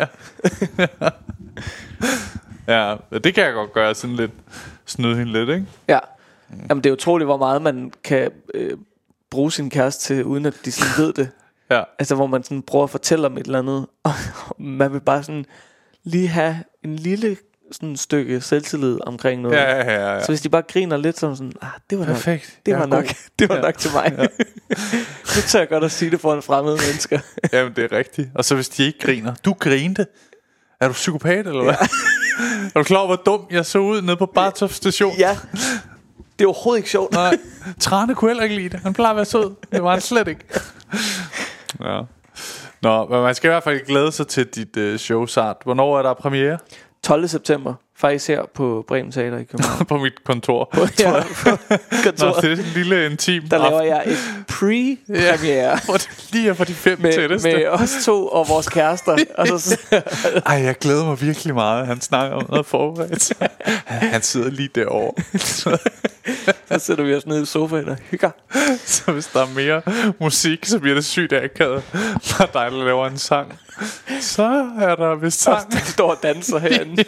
Ja, det kan jeg godt gøre, sådan lidt snyde hende lidt, ikke?
Ja. Jamen det er utroligt, hvor meget man kan bruge sin kæreste til, uden at de sådan ved det.
Ja.
Altså hvor man sådan prøver at fortælle om et eller andet, og man vil bare sådan lige have en lille sådan stykke selvtillid omkring noget.
Ja.
Så hvis de bare griner lidt sådan, det var
perfekt.
Nok, det var nok, det var nok til mig. Ja. Nu tør jeg godt at sige det foran fremmede mennesker.
Jamen det er rigtigt. Og så hvis de ikke griner, du grinte. Er du psykopat eller hvad? Er du klar over, hvor dum jeg så ud nede på Bartof station?
Ja. Det er overhovedet ikke sjovt.
Nej, Trane kunne heller ikke lide det. Han plejer at være sød. Det var han slet ikke. Ja. Nå, men man skal i hvert fald glæde sig til dit show, Sart. Hvornår er der premiere?
12. september. Faktisk her på Bremen Teater i København.
På mit kontor.
På kontor.
Nå, det er en lille intim
der laver jeg et pre-premiere.
Lige for de 5 tætteste.
Med os 2 og vores kærester. Og så
ej, jeg glæder mig virkelig meget. Han snakker om noget forberedt. Han sidder lige derovre.
Så sætter vi os ned i sofaen og hygger.
Så hvis der er mere musik, så bliver det sygt akavet. Når dig der laver en sang, så er der vist sang.
Der står og danser herinde.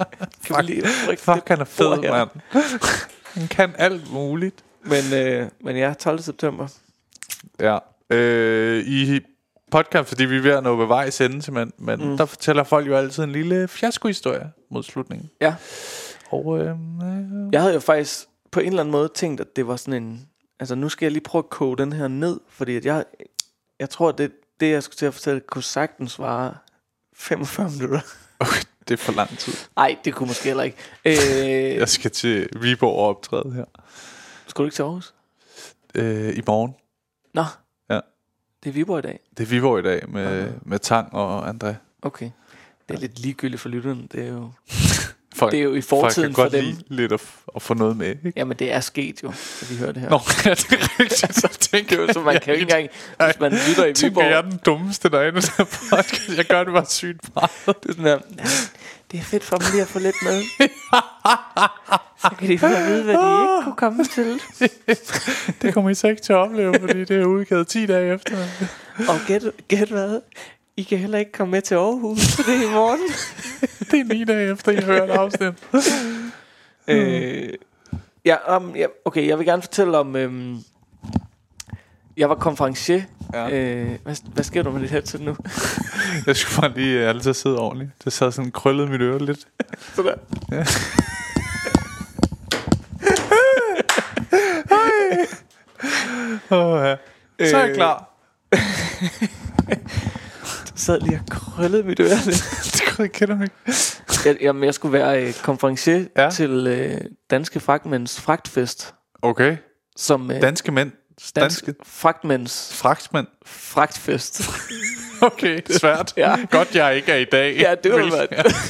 Fuck, han er fed, mand. Han kan alt muligt.
Men ja, 12. september.
Ja. I podcast, fordi vi er ved at nå ved vejs ende simpelthen. Men der fortæller folk jo altid en lille fiaskohistorie mod slutningen.
Ja.
Og
jeg havde jo faktisk på en eller anden måde tænkt, at det var sådan en... Altså nu skal jeg lige prøve at koge den her ned. Fordi at jeg tror, at det jeg skulle til at fortælle, kunne sagtens svare 45 minutter.
Okay, det er for lang tid.
Nej, det kunne måske heller ikke.
Jeg skal til Viborg og optræde her.
Skal du ikke til Aarhus?
I morgen.
Nå.
Ja.
Det er Viborg i dag.
Det er Viborg i dag med Tang og André.
Okay. Det er lidt ligegyldigt for lytteren. Det er jo... det er jo i fortiden for dem.
Folk kan godt lide lidt at få noget med, ikke?
Jamen det er sket jo, at vi hører det her.
Nå, ja, det er rigtigt.
Altså, tænker jo, så man kan jo ikke engang, hvis man lytter i Viborg.
Jeg er den dummeste derinde, der podcast. Jeg gør det bare sygt meget.
Det er sådan her, det er fedt for dem lige at få lidt med. Så kan de få at vide, hvad de ikke kunne komme til.
Det kommer I så ikke til at opleve, fordi det er udgivet 10 dage efter.
Og gæt hvad? I kan heller ikke komme med til Aarhus, for det er i morgen.
Det er 9 dage efter, I har hørt afsnit.
Okay, jeg vil gerne fortælle om... jeg var konferencier.
Ja.
Hvad sker der med dit headset nu?
Jeg skulle bare lige altid sidde ordentligt. Det sad sådan krøllet mit øre lidt.
Sådan.
Ja. Ja. Så er jeg klar.
Sad lige og krøllede mit øre lidt.
Det kunne jeg kende mig ikke.
Jeg skulle være konferencier til Danske Fragtmænds Fragtfest.
Okay.
Som
danske mænd.
Danske Fragtmænds Fragtfest.
Okay, det er svært. Ja. Godt jeg ikke er i dag.
Ja, det var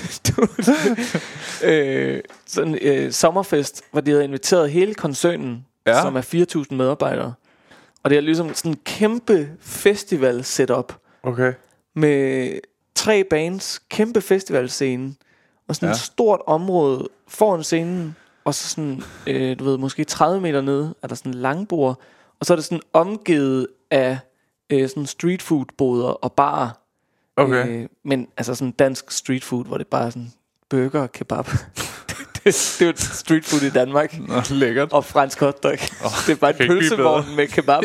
sådan en sommerfest, hvor de havde inviteret hele koncernen, som er 4.000 medarbejdere. Og det er ligesom sådan en kæmpe festival setup.
Okay.
Med 3 bands, kæmpe festivalscene, og sådan et stort område foran scenen, og så sådan, du ved, måske 30 meter nede, er der sådan en langbord, og så er det sådan omgivet af sådan street food boder og barer. Okay. Men altså sådan dansk street food, hvor det bare er sådan burger og kebab. Det er jo street food i Danmark.
Nå, lækkert.
Og fransk hotdog. Det er bare en pølsevogn med kebab.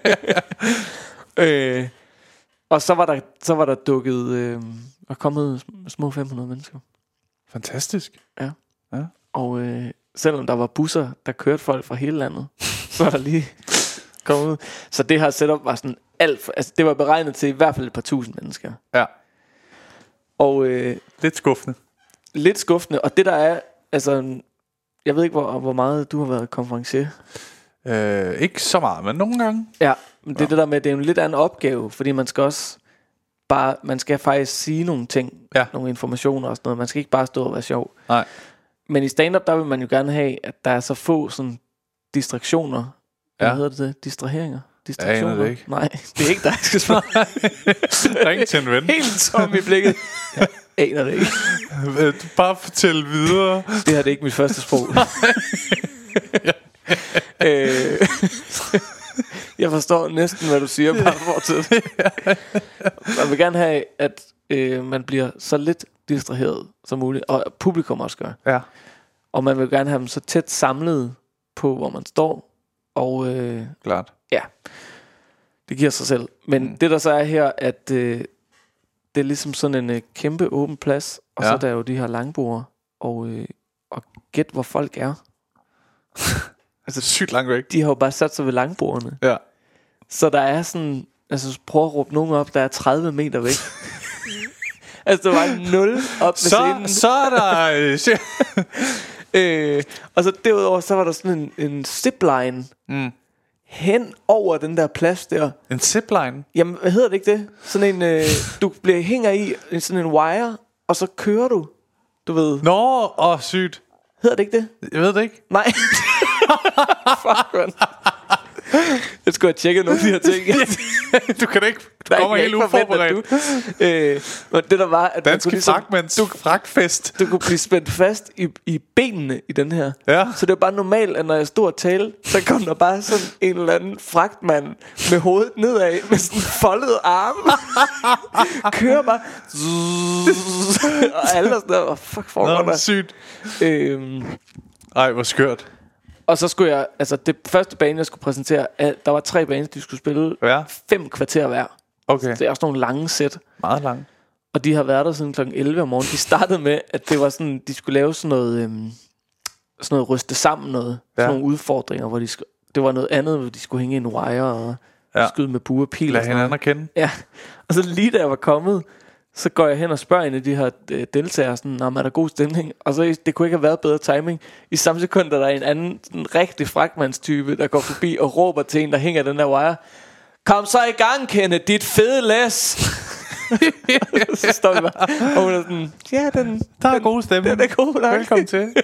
Og så var der dukket og kommet små 500 mennesker.
Fantastisk.
Ja. Og selvom der var busser, der kørte folk fra hele landet, så var der lige kommet. Så det her setup var sådan alt. Altså det var beregnet til i hvert fald et par tusind mennesker.
Ja.
Og
lidt skuffende.
Lidt skuffende. Og det der er, altså, jeg ved ikke hvor meget du har været konferencier.
Ikke så meget, men nogle gange.
Ja, men det er det der med, det er en lidt anden opgave, fordi man skal også bare, man skal faktisk sige nogle ting, nogle informationer og sådan noget. Man skal ikke bare stå og være sjov.
Nej.
Men i stand-up, der vil man jo gerne have, at der er så få sådan distraktioner. Hvad hedder det? Distraheringer? Distraktioner?
Jeg aner det ikke.
Nej, det er ikke dig, jeg skal svare.
Ring til en ven.
Helt tom i blikket. Jeg aner det ikke.
Bare fortæl videre.
Det her det er ikke mit første sprog. Jeg forstår næsten, hvad du siger. Bare for tid. Man vil gerne have, at man bliver så lidt distraheret som muligt. Og publikum også gør.
Ja. Og
man vil gerne have dem så tæt samlet på, hvor man står. Og
klart.
Ja, det giver sig selv. Men det der så er her, at det er ligesom sådan en kæmpe åben plads. Og så er der jo de her langbord. Og gæt hvor folk er.
Altså sygt langt væk.
De har jo bare sat sig ved langbordene.
Ja.
Så der er sådan, altså prøv at råbe nogen op, der er 30 meter væk. Altså der var 0 op ved scenen.
Så er der
og så derudover så var der sådan en zipline hen over den der plads der.
En zipline?
Jamen hvad hedder det ikke det? Sådan en du hænger i sådan en wire, og så kører du. Du ved.
Nå, sygt.
Hedder det ikke det?
Jeg ved det ikke.
Nej. Fuck, man. Jeg skulle have tjekket nogle af de her ting.
Du kan da ikke. Du kommer helt uforberedt.
Men det der var, at
Danske fragtfest.
Du kunne blive spændt fast i benene i den her.
Ja.
Så det var bare normalt, at når jeg stod og talte, så kom der bare sådan en eller anden fragtmand med hovedet nedad, med sådan foldede arme. Kører bare. Og alle sådan der. Fuck, foregår der.
Sygt. Ej, hvor skørt.
Og så skulle jeg, altså det første bane jeg skulle præsentere, der var 3 baner, de skulle spille 5 kvarter hver.
Okay.
Så det er også nogle lange sæt.
Meget lange.
Og de har været der siden kl. 11 om morgenen. De startede med, at det var sådan, de skulle lave sådan noget ryste sammen noget. Sådan nogle udfordringer, hvor det var noget andet, hvor de skulle hænge i en wire og skyde med bue og pil.
Lad hinanden at kende.
Ja. Og så lige da jeg var kommet, så går jeg hen og spørger en af de her deltagere sådan, er der god stemning? Og så det kunne ikke have været bedre timing. I samme sekund der er en anden sådan rigtig fragtmandstype, der går forbi og råber til en, der hænger den der wire. Kom så i gang, Kenneth, dit fede læs. Så står vi bare. Og hun er sådan,
der er god stemning.
Den er god nok.
Velkommen til.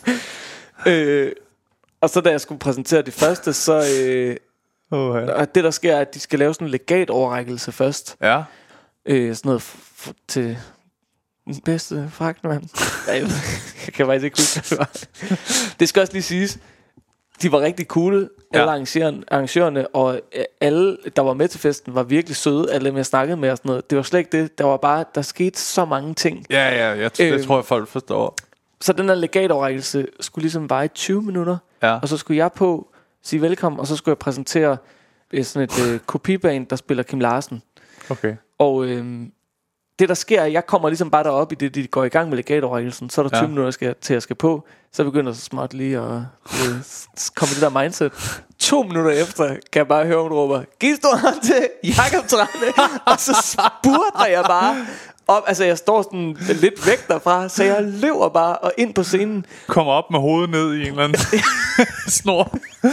Og så da jeg skulle præsentere de første, så og det der sker er, at de skal lave sådan en legatoverrækkelse først.
Ja.
Sådan noget til den bedste fragtmand. Jeg kan faktisk ikke huske, hvad det var. Det skal også lige siges, de var rigtig cool, alle arrangørerne, og alle, der var med til festen, var virkelig søde. Alle dem, jeg snakkede med og sådan noget. Det var slet ikke det. Der var bare, der skete så mange ting.
Ja, det tror jeg, folk forstår.
Så den her legatoverrækkelse skulle ligesom vare i 20 minutter.
Ja.
Og så skulle jeg på, sige velkommen, og så skulle jeg præsentere sådan et kopiband, der spiller Kim Larsen.
Okay.
Og det der sker, jeg kommer ligesom bare derop i det, de går i gang med legatoverrækkelsen. Så er der 20 minutter til jeg skal på. Så begynder så småt lige at komme i det der mindset. 2 minutter efter kan jeg bare høre, hun råber, giv stor hånd til Jakob Trane. Og så spurter jeg bare op. Altså jeg står sådan lidt væk derfra, så jeg løber bare og ind på scenen.
Kommer op med hovedet ned i en eller anden snor.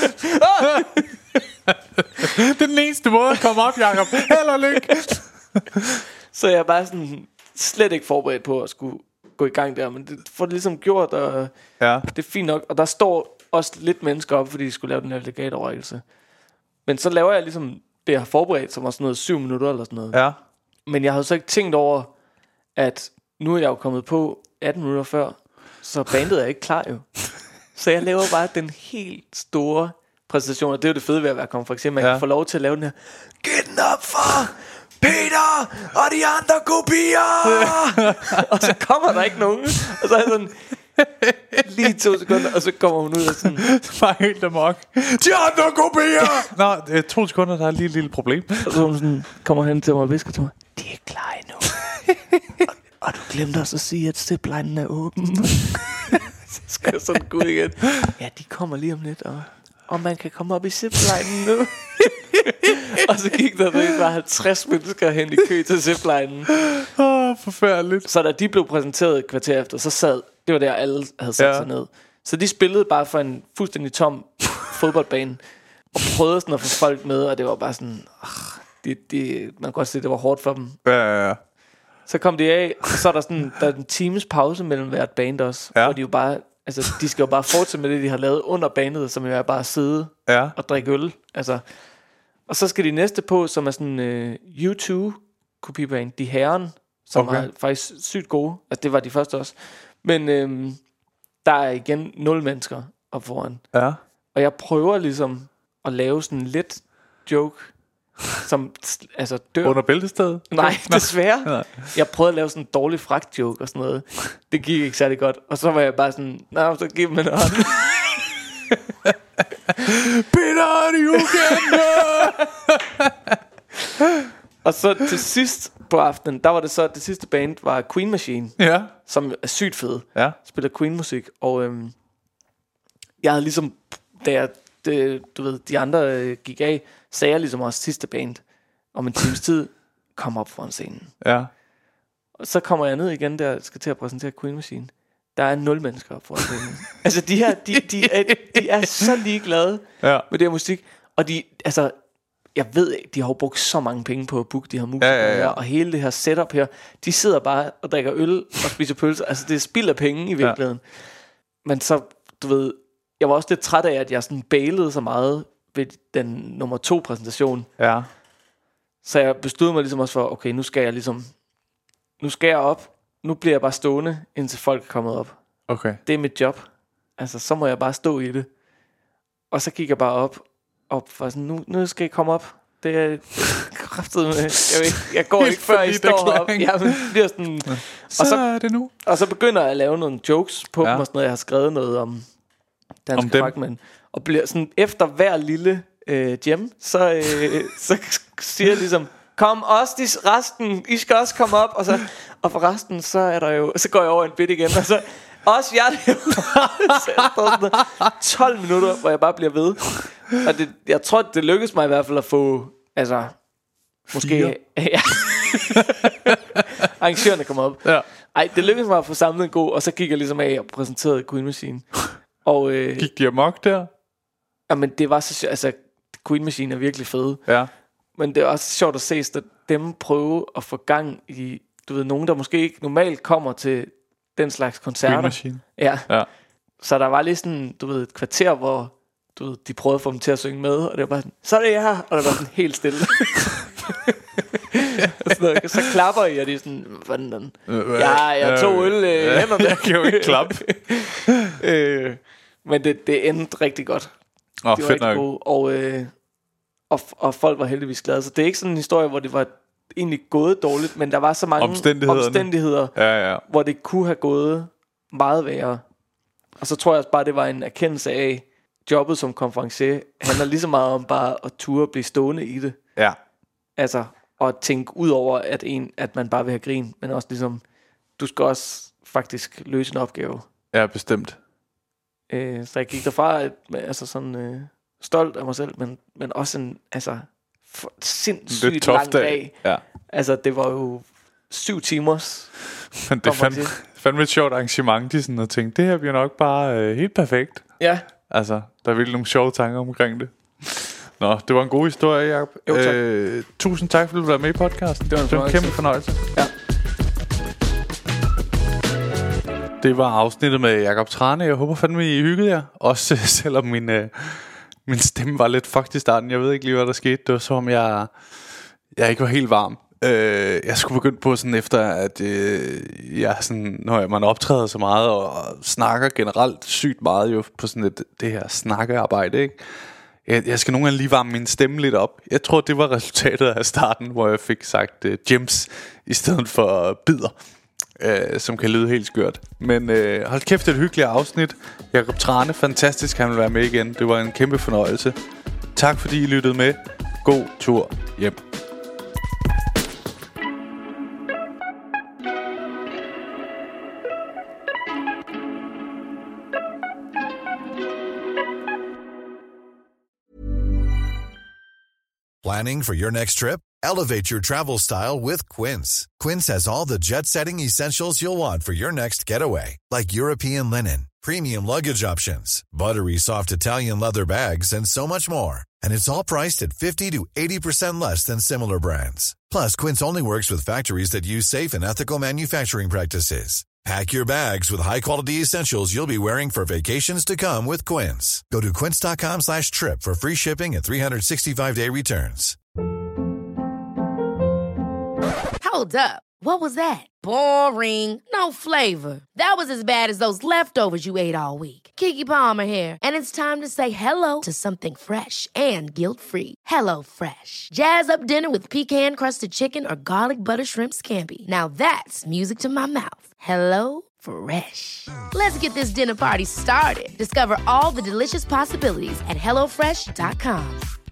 Det er den eneste måde at komme op, Jakob. Held og lykke.
Så jeg er bare sådan slet ikke forberedt på at skulle gå i gang der. Men det får det ligesom gjort, og det er fint nok. Og der står også lidt mennesker op, fordi de skulle lave den her legatoverrækkelse. Men så laver jeg ligesom det, jeg har forberedt, som var sådan noget 7 minutter eller sådan noget.
Ja.
Men jeg havde så ikke tænkt over, at nu er jeg jo kommet på 18 minutter før, så bandet er ikke klar jo. Så jeg laver bare den helt store præsentation, og det er jo det fede ved at være konferencier. Man kan få lov til at lave den her, get den op for Peter og de andre kopier. Og så kommer der ikke nogen. Og så er jeg sådan, Lige 2 sekunder, og så kommer hun ud og sådan...
Bare helt amok. De andre kopier! Nå, 2 sekunder, der er lige et lille problem.
Og så hun sådan, kommer hen til mig og visker til mig, de er ikke klar endnu. og du glemte også at sige, at ziplinen er åben. Så skal jeg sådan gå ud igen. Ja, de kommer lige om lidt, og man kan komme op i ziplinen nu. Og så gik der bare 50 mennesker hen i kø til ziplinen.
Forfærdeligt.
Så da de blev præsenteret et kvarter efter, så sad, det var der alle havde sat sig ned. Så de spillede bare for en fuldstændig tom fodboldbane og prøvede sådan at få folk med, og det var bare sådan, man kan godt se, det var hårdt for dem.
Ja.
Så kom de af, og så er der er en times pause mellem hvert band også, hvor de jo bare, altså de skal jo bare fortsætte med det, de har lavet under bandet, som jo er bare at sidde og drikke øl, altså. Og så skal de næste på, som er sådan U2-kopiband, De Herren, som er faktisk sygt gode. Altså det var de første også. Men der er igen 0 mennesker op foran. Ja. Og jeg prøver ligesom at lave sådan lidt joke, som altså dør.
Under bæltestedet?
Nej, desværre. Nej. Jeg prøvede at lave sådan en dårlig fragt-joke og sådan noget. Det gik ikke særlig godt. Og så var jeg bare sådan, nej, så giv dem en hånd.
Peter, you can
Og så til sidst på aftenen, der var det så, det sidste band var Queen Machine, som er sygt fed, spiller Queen musik. Og jeg havde ligesom, da du ved, de andre gik af, sagde jeg ligesom også sidste band om en times tid, kom op foran scenen. Ja. Og så kommer jeg ned igen, der skal til at præsentere Queen Machine. Der er 0 mennesker foran scenen. Altså de her, de er så ligeglade med det her musik. Og de, altså, jeg ved, de har jo brugt så mange penge på at booke de her musikere her, og hele det her setup her, de sidder bare og drikker øl og spiser pølser. Altså det er spild af penge i virkeligheden. Men så, du ved, jeg var også lidt træt af, at jeg sådan bailede så meget ved den nummer 2 præsentation. Ja. Så jeg besluttede mig ligesom også for, okay, nu skal jeg op. Nu bliver jeg bare stående, indtil folk er kommet op. Okay. Det er mit job. Altså, så må jeg bare stå i det. Og så gik jeg bare op for sådan, nu skal jeg komme op. Det er kraftet med. Jeg går ikke før I står op. Jeg bliver sådan.
Så er det nu.
Og så begynder jeg at lave nogle jokes på dem og sådan noget. Jeg har skrevet noget om danske fragmænd. Og bliver sådan, efter hver lille jam, så siger jeg ligesom, kom også resten, I skal også komme op. Og for resten, så er der jo, så går jeg over en bit igen, og så også jeg så 12 minutter, hvor jeg bare bliver ved. Og jeg tror, det lykkedes mig i hvert fald at få, altså, måske, arrangørerne kom op. Ja. Ej, det lykkedes mig at få samlet en god, og så gik jeg ligesom af og præsenterede Queen Machine. Og
gik de amok der?
Jamen, det var så altså, Queen Machine er virkelig fede. Ja. Men det er også sjovt at se dem prøve at få gang i, du ved, nogen der måske ikke normalt kommer til den slags koncerter.
Queen Machine.
Ja. Så der var lige sådan, du ved, et kvarter, hvor du ved, de prøvede at få dem til at synge med, og det var bare sådan, så er det her, og det var sådan helt stille. Så klapper I, og de er sådan, hvordan? Jeg tog øl hænderne.
Jeg kan jo ikke klappe.
Men det endte rigtig godt. De var rigtig gode, og folk var heldigvis glade. Så det er ikke sådan en historie, hvor det var egentlig gået dårligt, men der var så mange omstændigheder hvor det kunne have gået meget værre. Og så tror jeg også bare, det var en erkendelse af, jobbet som konferencier handler lige så meget om bare at ture blive stående i det. Ja. Altså, og tænke ud over, at man bare vil have grin, men også ligesom, du skal også faktisk løse en opgave.
Ja, bestemt.
Så jeg gik derfra, altså sådan stolt af mig selv, men også en, altså, sindssygt lang dag. Ja. Altså, det var jo 7 timers.
Men det fandme et sjovt arrangement, de sådan at tænke, det her bliver nok bare helt perfekt. Ja. Altså, der er virkelig nogle sjove tanker omkring det. Nå, det var en god historie, Jacob.
Jo, tak.
Tusind tak, fordi du var med i podcasten. Det var en kæmpe fornøjelse. Ja. Det var afsnittet med Jacob Trane. Jeg håber fandme, I hyggede jer. Også selvom min stemme var lidt fucked i starten. Jeg ved ikke lige, hvad der skete. Det var som om, jeg ikke var helt varm. Jeg skulle begynde på sådan efter, at jeg sådan, når man optræder så meget og snakker generelt sygt meget jo på sådan det her snakkearbejde, ikke? Jeg skal nogle gange lige varme min stemme lidt op. Jeg tror, det var resultatet af starten, hvor jeg fik sagt gems i stedet for bidder. som kan lyde helt skørt. Men hold kæft, et hyggeligt afsnit. Jakob Trane, fantastisk, han vil være med igen. Det var en kæmpe fornøjelse. Tak fordi I lyttede med. God tur hjem.
Planning for your next trip? Elevate your travel style with Quince. Quince has all the jet-setting essentials you'll want for your next getaway, like European linen, premium luggage options, buttery soft Italian leather bags, and so much more. And it's all priced at 50 to 80% less than similar brands. Plus, Quince only works with factories that use safe and ethical manufacturing practices. Pack your bags with high-quality essentials you'll be wearing for vacations to come with Quince. Go to quince.com/trip for free shipping and 365-day returns.
Hold up. What was that? Boring. No flavor. That was as bad as those leftovers you ate all week. Keke Palmer here, and it's time to say hello to something fresh and guilt-free. Hello Fresh. Jazz up dinner with pecan-crusted chicken or garlic butter shrimp scampi. Now that's music to my mouth. Hello Fresh. Let's get this dinner party started. Discover all the delicious possibilities at hellofresh.com.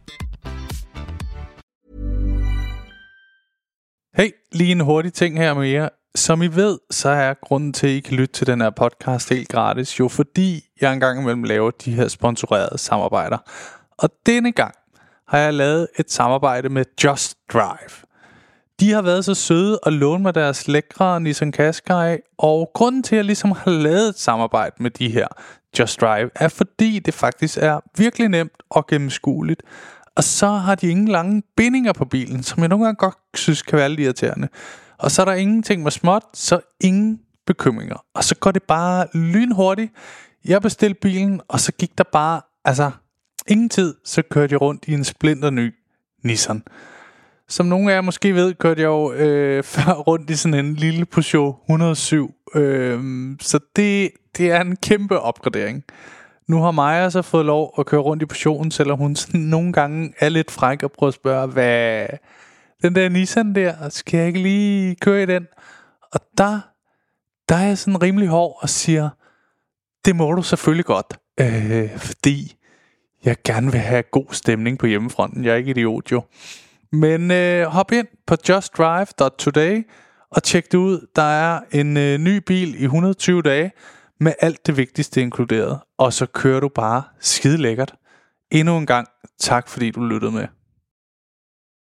Hey, lige en hurtig ting her med jer. Som I ved, så er grunden til, at I kan lytte til den her podcast helt gratis, jo fordi jeg engang imellem laver de her sponsorerede samarbejder. Og denne gang har jeg lavet et samarbejde med Just Drive. De har været så søde at låne mig deres lækre Nissan Qashqai, og grunden til, at jeg ligesom har lavet et samarbejde med de her Just Drive, er fordi det faktisk er virkelig nemt og gennemskueligt. Og så har de ingen lange bindinger på bilen, som jeg nogle gange godt synes kan være lidt irriterende. Og så er der ingenting med småt, så ingen bekymringer. Og så går det bare lynhurtigt. Jeg bestilte bilen, og så gik der bare, ingen tid, så kørte jeg rundt i en splinter ny Nissan. Som nogle af jer måske ved, kørte jeg jo før rundt i sådan en lille Peugeot 107. Så det er en kæmpe opgradering. Nu har Maja så fået lov at køre rundt i Peugeoten, selvom hun sådan nogle gange er lidt fræk og prøver at spørge, hvad den der Nissan der, skal jeg ikke lige køre i den? Og der er jeg sådan rimelig hård og siger, det må du selvfølgelig godt, fordi jeg gerne vil have god stemning på hjemmefronten. Jeg er ikke idiot jo. Men hop ind på justdrive.today og tjek det ud. Der er en ny bil i 120 dage med alt det vigtigste inkluderet. Og så kører du bare skide lækkert. Endnu en gang, tak fordi du lyttede med.